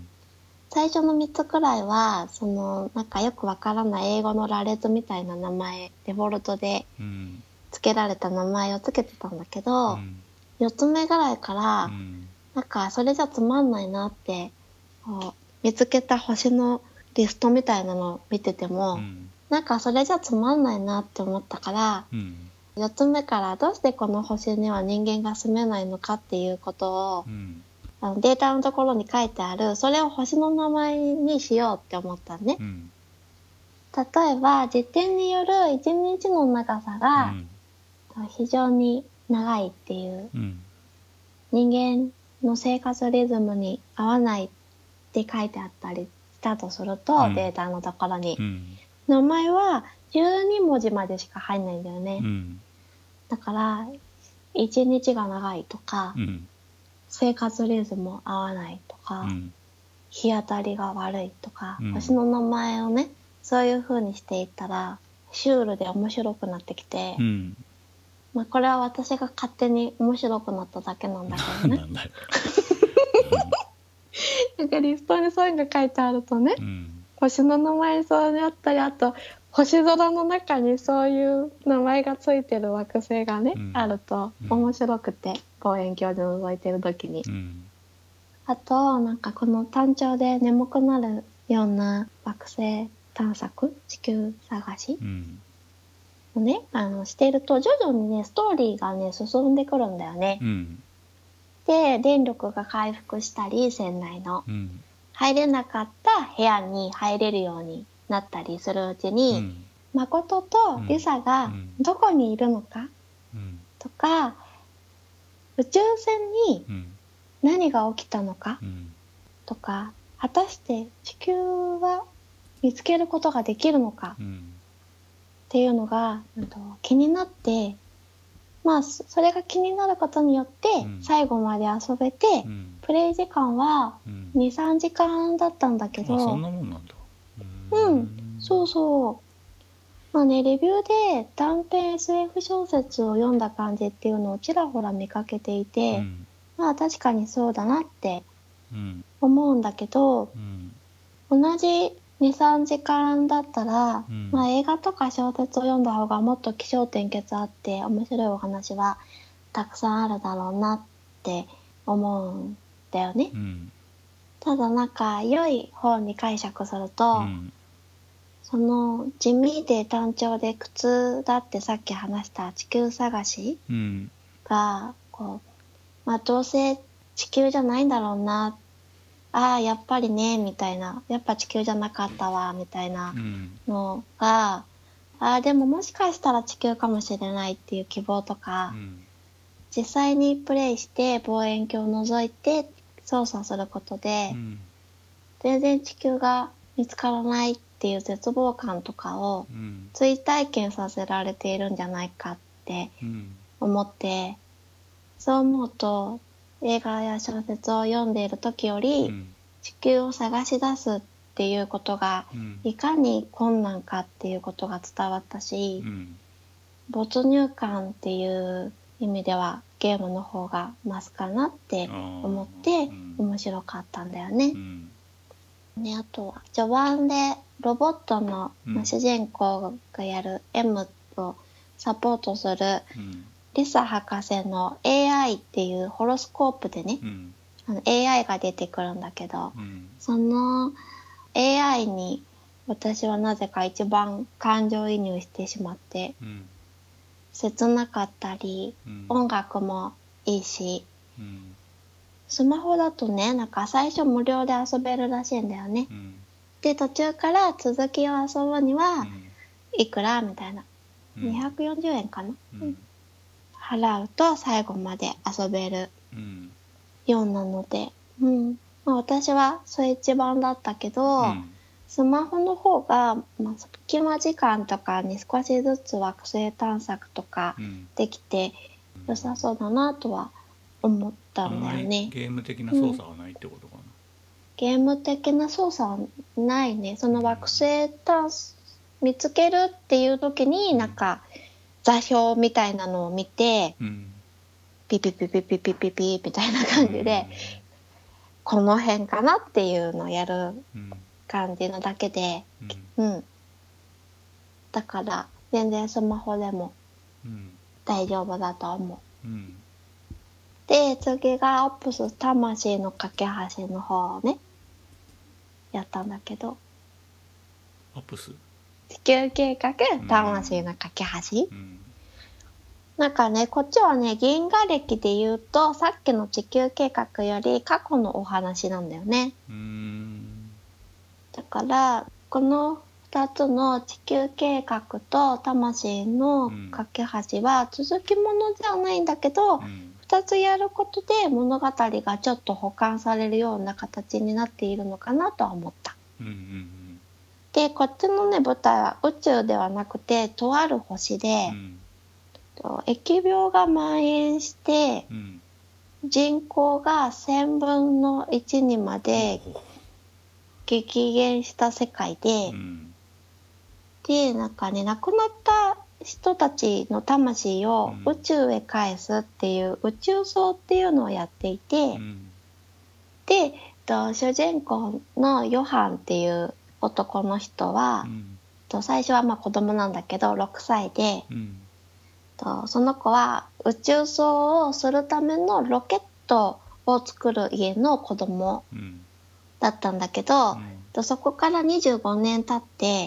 最初のみっつくらいはそのなんかよく分からない英語の羅列みたいな名前デフォルトでつけられた名前をつけてたんだけど、うんよっつめぐらいから、うん、なんかそれじゃつまんないなってこう見つけた星のリストみたいなのを見てても、うん、なんかそれじゃつまんないなって思ったから、うん、よっつめからどうしてこの星には人間が住めないのかっていうことを、うん、あのデータのところに書いてあるそれを星の名前にしようって思ったね、うん、例えば実験によるいちにちの長さが非常に長いっていう、うん、人間の生活リズムに合わないって書いてあったりしたとすると、うん、データのところに、うん、名前はじゅうにもじまでしか入んないんだよね、うん、だからいちにちが長いとか、うん、生活リズム合わないとか、うん、日当たりが悪いとか、うん、星の名前をねそういう風にしていったらシュールで面白くなってきて、うんまあ、これは私が勝手に面白くなっただけなんだけどね。なんだよかリストにそういうのが書いてあるとね、 うん、 星の名前にそうやったり、あと星空の中にそういう名前がついてる惑星がね、 うん、 あると面白くて、望遠鏡で覗いてる時に、 うん、 あとなんかこの単調で眠くなるような惑星探索、地球探しうんをね、あのしていると徐々にねストーリーがね進んでくるんだよね。 うん、 で電力が回復したり、船内のうん、 入れなかった部屋に入れるようになったりするうちに、 うん、 誠とリサがどこにいるのかうん、 とか、宇宙船にうん、 何が起きたのかうんとか、果たして地球は見つけることができるのかうんっていうのが、うんと、気になって、まあそそれが気になることによってうん最後まで遊べて、 うんプレイ時間はうんに、さんじかんだったんだけあ、そど、 んなもんなんだ。 う、 うんそうそう。まあね、レビューで短編 エスエフ 小説を読んだ感じっていうのをちらほら見かけていて、 うんまあ確かにそうだなってうん思うんだけど、 うん同じに、さんじかんだったら、 うんまあ映画とか小説を読んだ方がもっと起承転結あって面白いお話はたくさんあるだろうなって思うんだよね。 うんただなんか良い方に解釈すると、 うんその地味で単調で苦痛だってさっき話した地球探しうんがこう、まあどうせ地球じゃないんだろうな、ああやっぱりねみたいな、やっぱ地球じゃなかったわみたいなうんのが、ああでももしかしたら地球かもしれないっていう希望とか、 うん実際にプレイして望遠鏡を覗いて操作することで、 うん全然地球が見つからないっていう絶望感とかをうん追体験させられているんじゃないかってうん思って、そう思うと映画や小説を読んでいる時より、 うん地球を探し出すっていうことがうんいかに困難かっていうことが伝わったし、 うん没入感っていう意味ではゲームの方が増すかなって思ってうん面白かったんだよね。 うんね、あとは序盤でロボットの、 うんまあ主人公がやる M をサポートするうんリサ博士の エーアイ っていうホロスコープでね、 うんあの エーアイ が出てくるんだけど、 うんその エーアイ に私はなぜか一番感情移入してしまって、 うん切なかったり、 うん音楽もいいし、 うんスマホだとね、なんか最初無料で遊べるらしいんだよね。 うんで、途中から続きを遊ぶには、 うんいくらみたいな。 うんにひゃくよんじゅうえんかな、 うん払うと最後まで遊べるうんようなので、うん。まあ私はそれ一番だったけど、 うんスマホの方が、まあ、隙間時間とかに少しずつ惑星探索とかうんできて良さそうだなとは思ったあんまりんだよね。 ゲーム的な操作はないってことかな。 ゲーム的な操作はないね。その惑星探索見つけるっていう時になんか座標みたいなのを見て、 うんピピピピピピピピみたいな感じで、この辺かなっていうのをやるうん感じのだけで、 うんうん。だから全然スマホでもうん大丈夫だと思う。 うんで、次がオプス魂の架け橋の方をね、やったんだけど、 アップス地球計画魂の架け橋、 うんなんかね、こっちはね、銀河歴で言うと、さっきの地球計画より過去のお話なんだよね。 うーんだから、この二つの地球計画と魂の架け橋は続きものじゃないんだけど、 うん二つやることで物語がちょっと補完されるような形になっているのかなとは思った。 うんうんで、こっちのね、舞台は宇宙ではなくて、とある星でう、んと疫病が蔓延して、 うん人口が千分の一にまで激減した世界で、 うんで、なんかね、亡くなった人たちの魂を宇宙へ返すっていう宇宙葬っていうのをやっていて、 うんで、 と主人公のヨハンっていう男の人は、 うん、 と最初はまあ子供なんだけどろくさいで、 うん、 とその子は宇宙葬をするためのロケットを作る家の子供うんだったんだけど、 うん、 とそこからにじゅうごねん経って、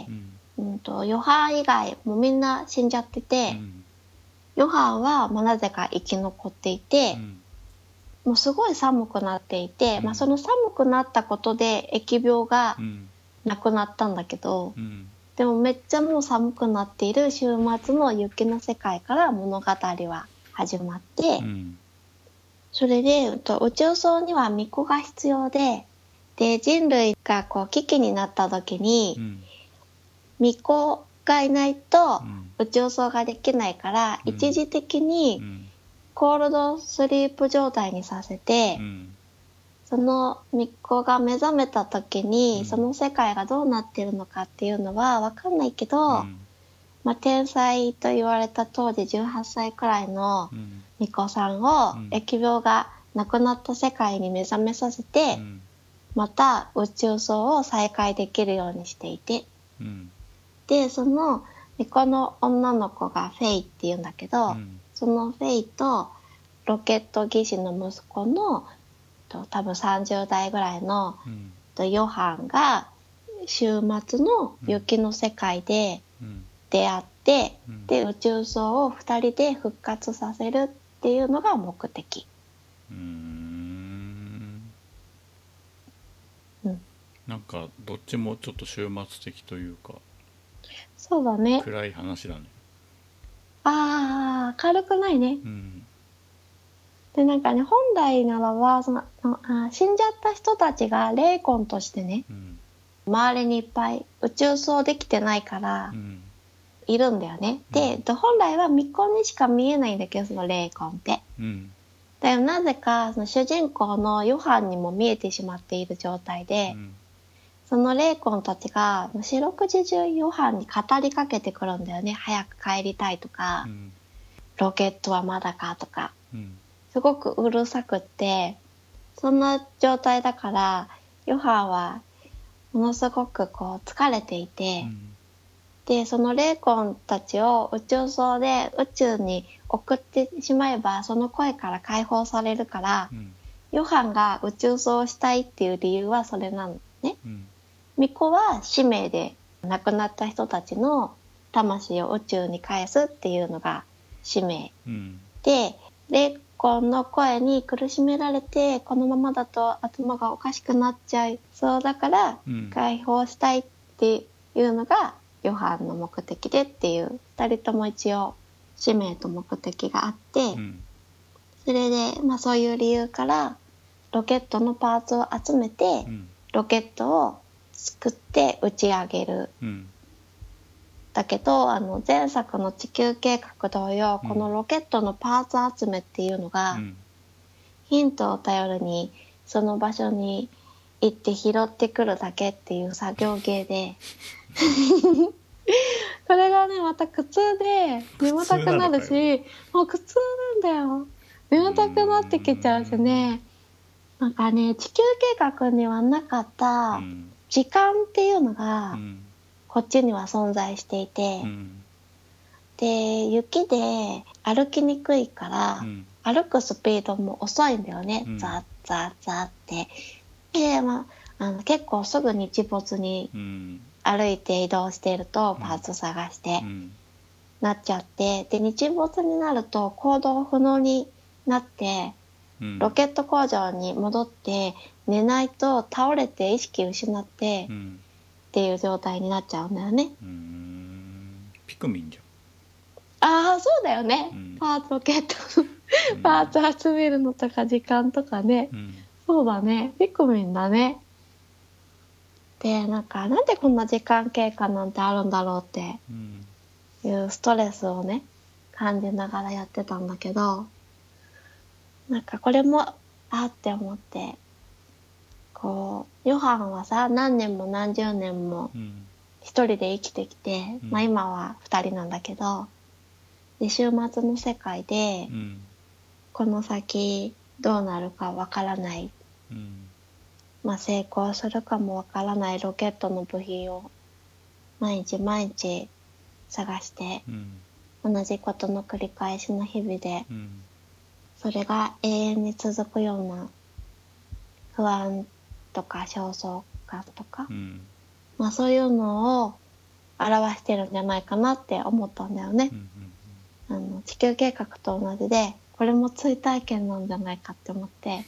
うんうん、とヨハン以外もうみんな死んじゃってて、 うんヨハンはまあなぜか生き残っていて、 うんもうすごい寒くなっていて、 うんまあ、その寒くなったことで疫病がうんなくなったんだけど、 うんでもめっちゃもう寒くなっている週末の雪の世界から物語は始まって、 うん、 それでうんと宇宙葬には巫女が必要で、で人類がこう危機になった時に、 うん巫女がいないとうん宇宙葬ができないから、 うん一時的うにんコールドスリープ状態にさせて、 うんその巫女が目覚めた時に、 うんその世界がどうなってるのかっていうのは分かんないけど、 うんまあ、天才と言われた当時じゅうはっさいくらいのうん巫女さんをうん疫病がなくなった世界に目覚めさせて、 うんまた宇宙葬を再開できるようにしていて、 うんでその巫女の女の子がフェイっていうんだけど、 うんそのフェイとロケット技師の息子のと多分さんじゅう代ぐらいのうんとヨハンが週末の雪の世界でうん出会って、 うん、 で宇宙葬をふたりで復活させるっていうのが目的。 うーんうん、 なんかどっちもちょっと終末的というかそうだね。 暗い話だね。 あー明るくないね。 うんでなんかね、本来ならばそのあ死んじゃった人たちが霊魂としてね、 うん周りにいっぱい宇宙葬できてないからうんいるんだよね。で、 うん本来は巫女にしか見えないんだけど、その霊魂って。 うんだよなぜかその主人公のヨハンにも見えてしまっている状態で、 うんその霊魂たちが四六時中ヨハンに語りかけてくるんだよね。早く帰りたいとか、 うんロケットはまだかとか、 うんすごくうるさくって、そんな状態だからヨハンはものすごくこう疲れていて、 うんでその霊魂たちを宇宙葬で宇宙に送ってしまえばその声から解放されるから、 うんヨハンが宇宙葬をしたいっていう理由はそれなのね。 うん巫女は使命で亡くなった人たちの魂を宇宙に返すっていうのが使命うんで、霊魂の声に苦しめられてこのままだと頭がおかしくなっちゃいそうだからうん解放したいっていうのがヨハンの目的でっていう、ふたりとも一応使命と目的があって、 うんそれで、まあ、そういう理由からロケットのパーツを集めて、 うんロケットを作って打ち上げる。 うんだけどあの前作の地球計画同様、 うんこのロケットのパーツ集めっていうのが、 うんヒントを頼りにその場所に行って拾ってくるだけっていう作業芸でこれがねまた苦痛で眠たくなるし、もう苦痛なんだよ。眠たくなってきちゃうしね。なんかね、地球計画にはなかった時間っていうのがこっちには存在していて、 うん、 で雪で歩きにくいから、 うん、 歩くスピードも遅いんだよね、 うん、 ザッザッザッってで、まあ、あの結構すぐ日没に歩いて移動しているとパーツ探してなっちゃって、で日没になると行動不能になってロケット工場に戻って寝ないと倒れて意識失ってっていう状態になっちゃうんだよね。 うーん、ピクミンじゃん。ああそうだよね、うん、パーツロケットのパーツ集めるのとか時間とかね、うん、そうだね、ピクミンだね。でなんかなんでこんな時間経過なんてあるんだろうっていうストレスをね感じながらやってたんだけど、なんかこれもあって思って、こうヨハンはさ何年も何十年も一人で生きてきて、うん、まあ今は二人なんだけど、で週末の世界で、うん、この先どうなるかわからない、 うん、 まあ、成功するかもわからないロケットの部品を毎日毎日探して、うん、同じことの繰り返しの日々で、うん、それが永遠に続くような不安とか焦燥感とか、うん、まあ、そういうのを表してるんじゃないかなって思ったんだよね、うんうんうん、あの地球計画と同じでこれも追体験なんじゃないかって思って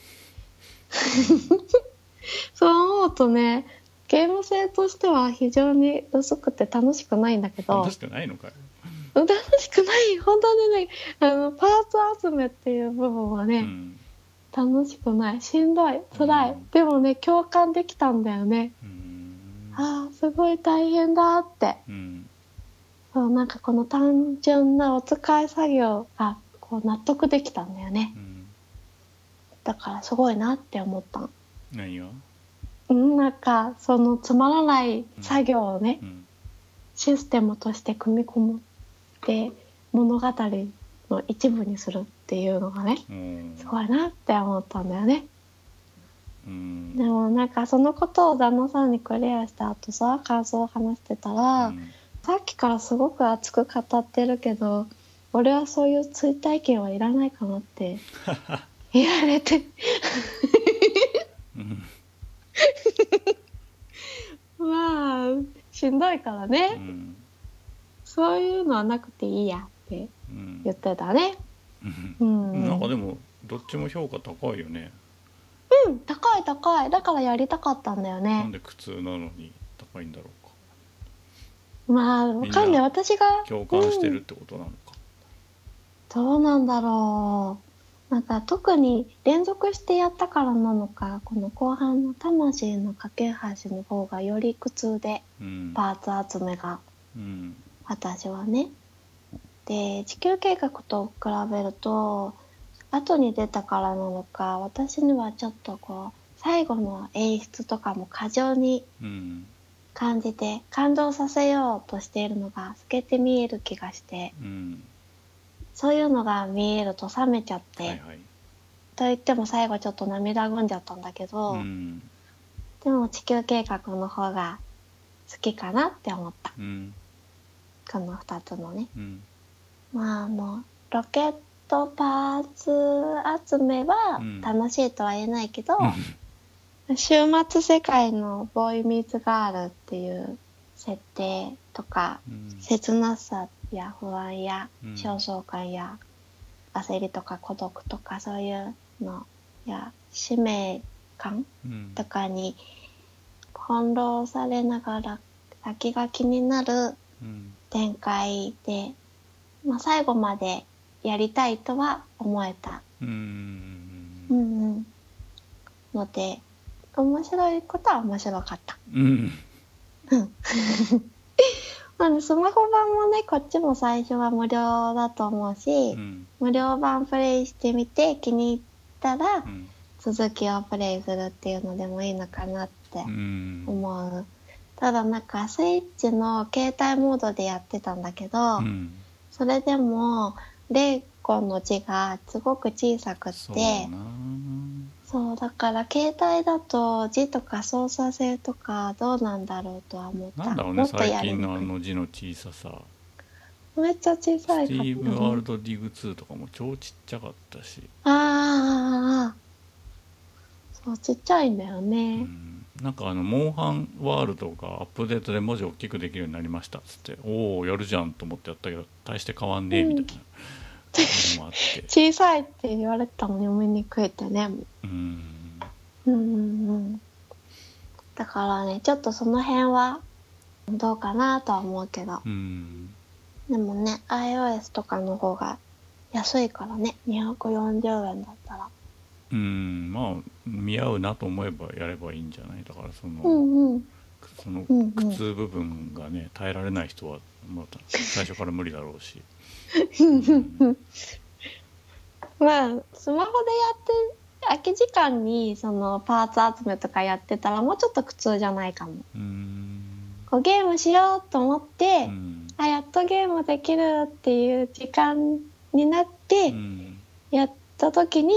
そう思うとね、ゲーム性としては非常に薄くて楽しくないんだけど。 楽しくないのかよ。 楽しくない、本当にね、あのパーツ集めっていう部分はね、うん、楽しくない、しんどい、辛い、うん、でもね共感できたんだよね、うん、あーすごい大変だって、うん、そうなんかこの単純なお使い作業がこう納得できたんだよね、うん、だからすごいなって思った。 何が？ なんかそのつまらない作業をね、うん、システムとして組み込むって物語の一部にするっていうのがね、うん、すごいなって思ったんだよね、うん、でもなんかそのことを旦那さんにクリアした後さ、感想を話してたら、うん、さっきからすごく熱く語ってるけど俺はそういう追体験はいらないかなって言われてまあしんどいからね、うん、そういうのはなくていいやって言ってたね、 うんうん、なんかでもどっちも評価高いよね。 うん高い高い、だからやりたかったんだよね。 なんで苦痛なのに高いんだろうか。 まあわかんない、私が共感してるってことなのか、 うん、どうなんだろう。なんか特に連続してやったからなのか、この後半の魂の架け橋の方がより苦痛で、うん、パーツ集めが、うん、私はね。で地球計画と比べると後に出たからなのか、私にはちょっとこう最後の演出とかも過剰に感じて、感動させようとしているのが透けて見える気がして、うん、そういうのが見えると冷めちゃって、はいはい、と言っても最後ちょっと涙ぐんじゃったんだけど、うん、でも地球計画の方が好きかなって思った、うん、このふたつのね、うん、まあもうロケットパーツ集めは楽しいとは言えないけど、うん、週末世界のボーイミーツガールっていう設定とか、うん、切なさや不安や焦燥感や焦りとか孤独とかそういうのや使命感とかに翻弄されながら先が気になる展開で、まあ、最後までやりたいとは思えた、うんうん、ので面白いことは面白かった、うんまあ、スマホ版もねこっちも最初は無料だと思うし、うん、無料版プレイしてみて気に入ったら、うん、続きをプレイするっていうのでもいいのかなって思う、うん、ただなんかスイッチの携帯モードでやってたんだけど、うん、それでもレイコの字がすごく小さくって、そうそうだから携帯だと字とか操作性とかどうなんだろうとは思った。 なんだろうね、最近のあの字の小ささ。 めっちゃ小さい。 スティーブワールドディグツーとかも超ちっちゃかったし。 ああ、そうちっちゃいんだよね。うん、 なんかあのモンハンワールドがアップデートで文字を大きくできるようになりましたっつって、おおやるじゃんと思ってやったけど大して変わんねえみたいな。うん小さいって言われたのに読みにくいってね。うんうんうん。だからねちょっとその辺はどうかなとは思うけど、うん、でもね iOS とかの方が安いからねにひゃくよんじゅうえんだったら、 うんまあ見合うなと思えばやればいいんじゃない。だからその、うんうん、その苦痛部分がね耐えられない人はまた最初から無理だろうし。うんまあスマホでやって空き時間にそのパーツ集めとかやってたらもうちょっと苦痛じゃないかも。うーんこうゲームしようと思って、うん、あやっとゲームできるっていう時間になって、うん、やった時に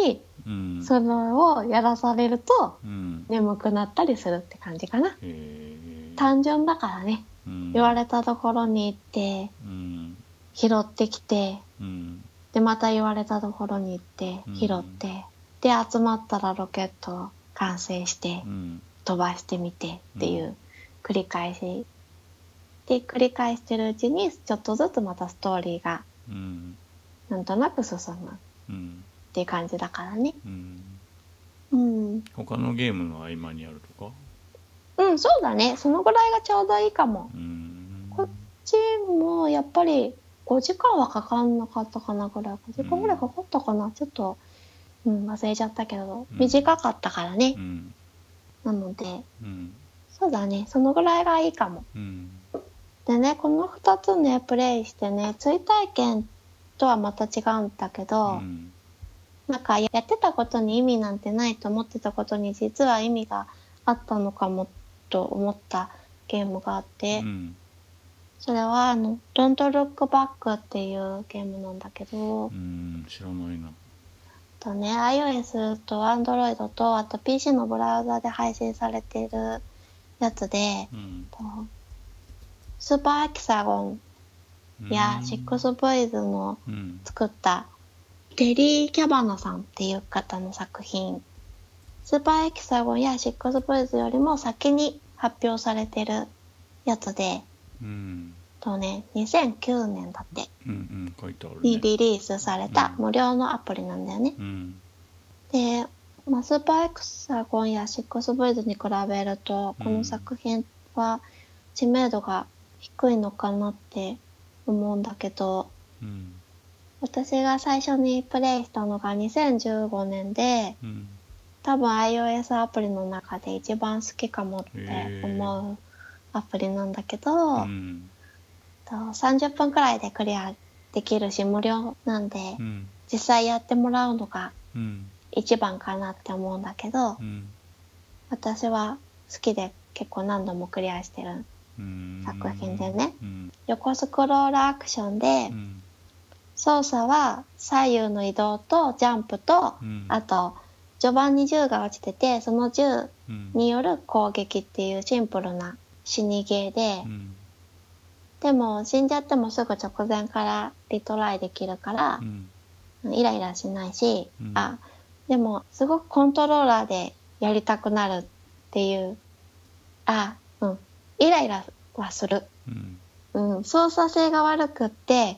うんそれをやらされるとうん眠くなったりするって感じかな。 へー単純だからね。 うん言われたところに行ってうん拾ってきて、 うんでまた言われたところに行ってうん拾って、で集まったらロケットを完成してうん飛ばしてみてっていう繰り返しで、繰り返してるうちにちょっとずつまたストーリーがうんなんとなく進むっうんていう感じだからね。 うんうん他のゲームの合間にやるとかうんそうだね、そのぐらいがちょうどいいかも。 うんこっちもやっぱりごじかんはかかんなかったかなぐらい、ごじかんぐらいかかったかな、ちょっと、うん、忘れちゃったけど、 うん短かったからね。 うんなので、 うんそうだね、そのぐらいがいいかも。 うんでね、このふたつね、プレイしてね、追体験とはまた違うんだけうど、 んなんかやってたことに意味なんてないと思ってたことに実は意味があったのかもと思ったゲームがあって、 うんそれはあの、Don't Look Back っていうゲームなんだけど、 うん知らないなとね、iOS と Android と、あと ピーシー のブラウザで配信されているやつで、 うんとスーパーエキサゴンやシックスボーイズのうん作ったテリー・キャバナさんっていう方の作品。スーパーエキサゴンやシックスボーイズよりも先に発表されてるやつで、 うんとね、にせんきゅうねんだってうんうん書いてあるねにリリースされたうん無料のアプリなんだよね。 うんで、まあ、スーパーエクサゴンやシックスボーイズに比べると、この作品は知名度が低いのかなって思うんだけど、 うん私が最初にプレイしたのがにせんじゅうごねんで、 うん多分 iOS アプリの中で一番好きかもって思うアプリなんだけど、 うんとさんじゅっぷんくらいでクリアできるし無料なんで、 うん実際やってもらうのがうん一番かなって思うんだけど、 うん私は好きで結構何度もクリアしてるうん作品でね、 うん横スクロールアクションで、 うん操作は左右の移動とジャンプと、 うんあと序盤に銃が落ちてて、その銃うんによる攻撃っていうシンプルな死にゲーで、 うんでも死んじゃってもすぐ直前からリトライできるからう、んイライラしないし、 うんあ、でもすごくコントローラーでやりたくなるっていう、あ、うん、イライラはする。 うんうん、操作性が悪くって、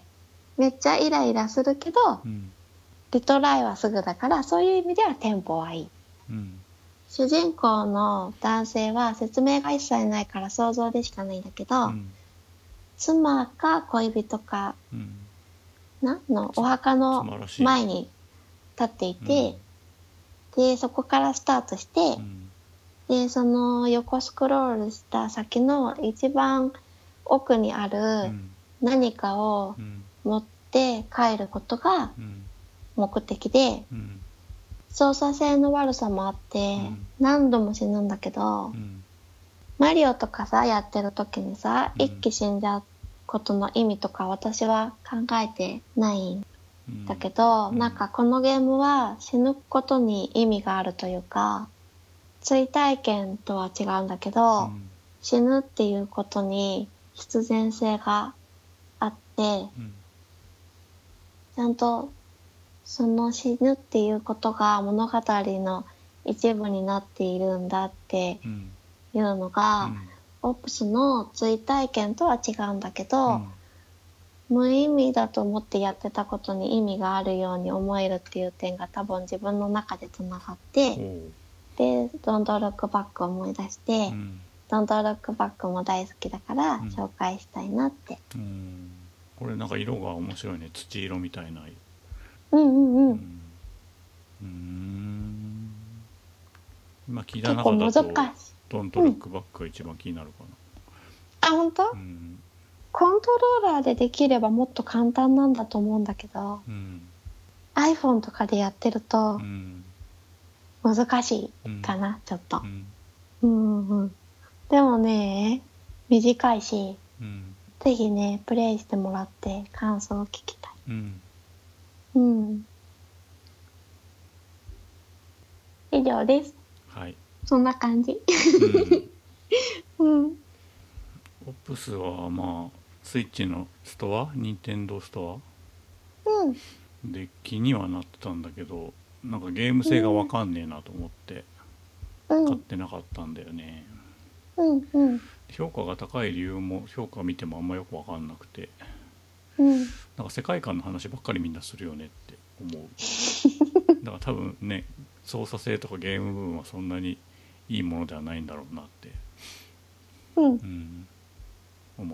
めっちゃイライラするけど、 うんリトライはすぐだから、そういう意味ではテンポはいい。 うん主人公の男性は説明が一切ないから想像でしかないんだけど、 うん妻か恋人かうんなのお墓の妻らしい前に立っていて、で、そこからスタートして、 うんで、その横スクロールした先の一番奥にあうるん何かをうん持って帰ることがうん目的で、 うん操作性の悪さもあって、 うん何度も死ぬんだけど、 うんマリオとかさ、やってる時にさ、 うん一気死んじゃうことの意味とか私は考えてないんうんだけど、 うんなんかこのゲームは死ぬことに意味があるというか、追体験とは違うんだけど、 うん死ぬっていうことに必然性があって、 うんちゃんとその死ぬっていうことが物語の一部になっているんだってうんいうのが、 うんオプスの追体験とは違うんだけど、 うん無意味だと思ってやってたことに意味があるように思えるっていう点が多分自分の中でつながって、 おうで、Don't Look Back を思い出して、 うん Don't Look Back も大好きだからうん紹介したいなって。 うんこれなんか色が面白いね、土色みたいな。 うんうんうん。 うんうん今聞いた結構難しい。 中だとドントロックバックが一番気になるかあ、本当？ な。うんコントローラーでできればもっと簡単なんだと思うんだけど、 うん iPhone とかでやってるとうん難しいかな、ちょっとう。んうんうんうん。でもね、短いし、 うんぜひね、プレイしてもらって感想を聞きたい。 うんうん。 以上です。 はい。 そんな感じ。 うん。 うん。 オプスはまあスイッチのストア、任天堂ストうん。 アで気にはなってたんだけど、なんかゲーム性がわかんねえなと思って買っうん。 てなかったんだよね。 うん。うん。 評価が高い理由も評価見てもあんまよくわかんなくて、 うん。 なんか世界観の話ばっかりみんなするよねって思う。だから多分ね、操作性とかゲーム部分はそんなにいいものではないんだろうなって、 うん。 うん、思った。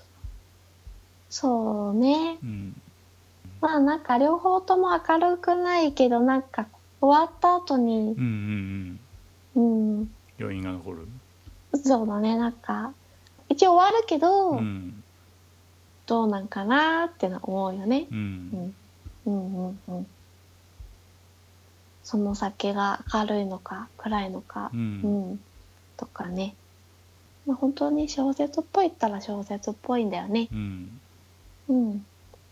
そうね。 うん。 まあなんか両方とも明るくないけど、なんか終わった後に、 うんうんうん。 うん、 余韻が残る。 そうだね、なんか、一応終わるけど、 うん。 どうなんかなーってのは思うよね。 うん。 うん。うんうんうん。その先が明るいのか暗いのか、 ううんん、とかね。まあ、本当に小説っぽいったら小説っぽいんだよね。 うん。 うん。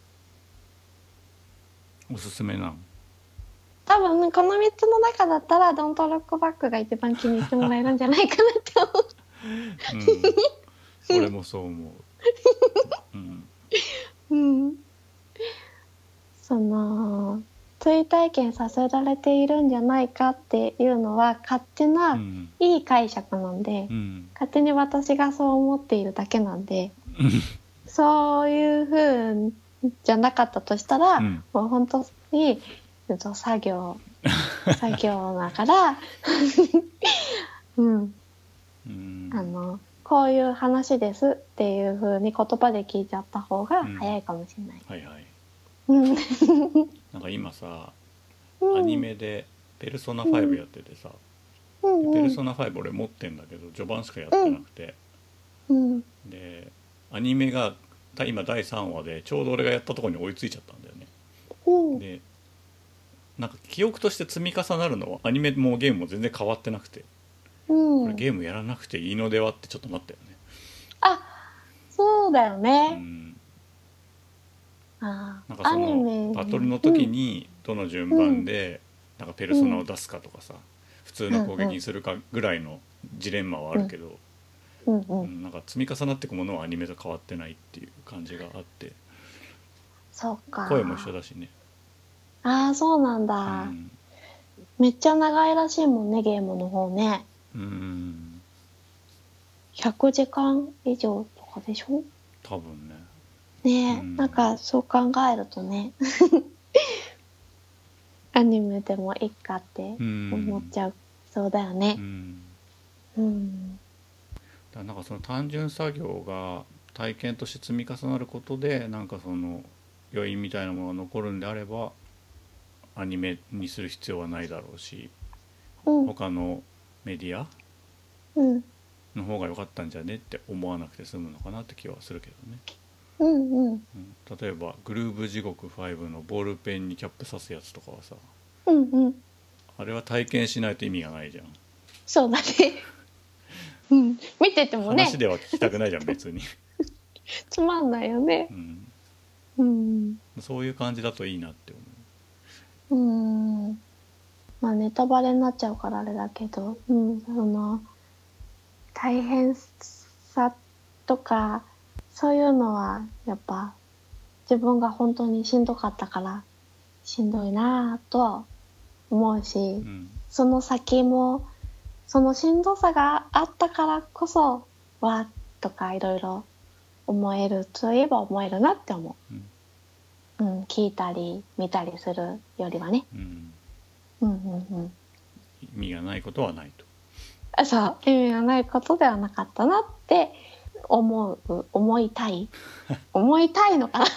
おすすめなの？ 多分このみっつの中だったらドントロックバックが一番気に入ってもらえるんじゃないかなって思う。 うん。俺もそう思う。うん。 うん。その追体験させられているんじゃないかっていうのは勝手うなんいい解釈なんで、 うん。 勝手に私がそう思っているだけなんで、そういう風じゃなかったとしたら、 うん。 もう本当に作業作業だからうん、 うん。 あのこういう話ですっていう風に言葉で聞いちゃった方が早いかもしれない。 はいはい。 うん、 なんか今さ、 うん、 アニメでペルソナファイブやっててさ、 うんうん、 ペルソナファイブ俺持ってんだけど序盤しかやってなくて、 うん、 でアニメが今だいさんわでちょうど俺がやったところに追いついちゃったんだよね。 うん、 でなんか記憶として積み重なるのはアニメもゲームも全然変わってなくて、これうん。 ゲームやらなくていいのではってちょっとなったよね。 あ、そうだようね。 ん。 あなんかそアニのメ、 バトルの時にどの順番でなんかペルソナを出すかとかさ、普通の攻撃にするかぐらいのジレンマはあるけど、 うんうん、 うん、なんか積み重なっていくものはアニメと変わってないっていう感じがあって、 そうか。 声も一緒だしね。 ああ、そうなんうだ。 ん。 めっちゃ長いらしいもんね、ゲームの方ね。 うん。 ひゃくじかん以上とかでしょ？ 多分ね。 ねえ、 うん、 なんかそう考えるとね、アニメでもいいかって思っちゃう。そうだよね。 うん。 うん。 だからなんかその単純作業が体験として積み重なることでなんかその余韻みたいなものが残るんであればアニメにする必要はないだろうし、 うん。 他のメディアうん。 の方が良かったんじゃねって思わなくて済むのかなって気はするけどね。 うんうん。 うん、例えばグルーブ地獄ファイブのボールペンにキャップ刺すやつとかはさ、 うんうん。 あれは体験しないと意味がないじゃん。 そうだね。うん。見ててもね。 話では聞きたくないじゃん別に。 つまんないよね。 うん、 うん。 そういう感じだといいなってう思ん。まあネタバレになっちゃうからあれだけど、うん。その大変さとかそういうのはやっぱ自分が本当にしんどかったからしんどいなぁとは思うし、 う。うん。 その先もそのしんどさがあったからこそわーとかいろいろ思えるといえば思えるなって思う、うん、聞いたり見たりするよりはね、 うん。 うんうんうん、 意味がないことはないと。 あ、そう意味がないことではなかったなって思う思いたい思いたいのかなあ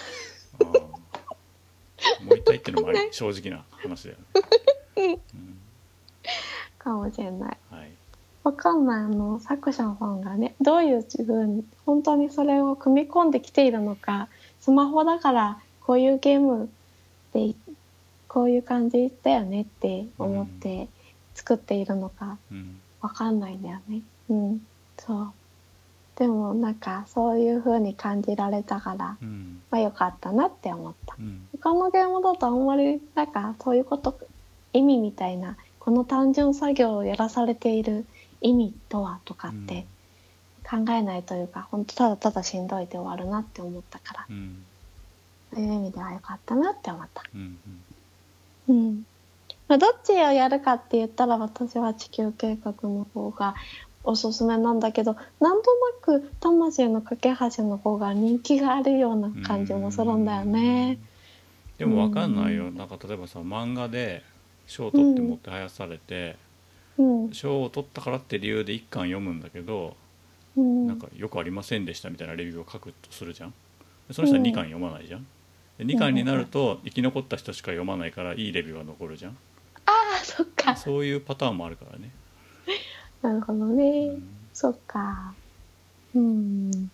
思いたいってのもあり正直な話だよね。うん、 かもしれない。 はい。 わかんないあの作者さんがねどういう自分本当にそれを組み込んできているのか、スマホだからこういうゲームでこういう感じだよねって思って作っているのかわかんないんだよね。うん、そう。でもなんかそういう風に感じられたから、うん、まあ良かったなって思った。うん、他のゲームだとあんまりなんかそういうこと意味みたいなこの単純作業をやらされている意味とはとかって考えないというか、本当ただただしんどいで終わるなって思ったから、 うん、 そういう意味では良かったなって思った。 うんうん、まあ、どっちをやるかって言ったら私は地球計画の方がおすすめなんだけど、なんとなく魂の架け橋の方が人気があるような感じもするんだよね。 でも分かんないよ、うん、なんか例えばさ漫画で賞を取ってもってはやされて、うん、賞を取ったからって理由で一巻読むんだけど、うん、なんかよくありませんでしたみたいなレビューを書くとするじゃん。その人はにかん読まないじゃん。でにかんになると生き残った人しか読まないからいいレビューが残るじゃん。 ああ、そっか。 そういうパターンもあるからね。 なるほどね、うん、そっか。うん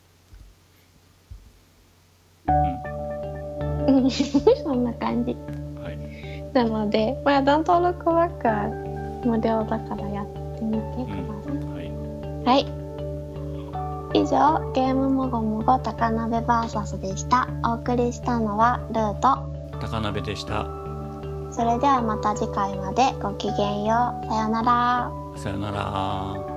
うん、そんな感じ。はい。なので、まあ登録枠は無料だからやってみてください。うん、はい。はい。以上、ゲームもごもご高鍋 ブイエス でした。お送りしたのはルーと高鍋でした。 それではまた次回までごきげんよう。さよなら。 さよなら。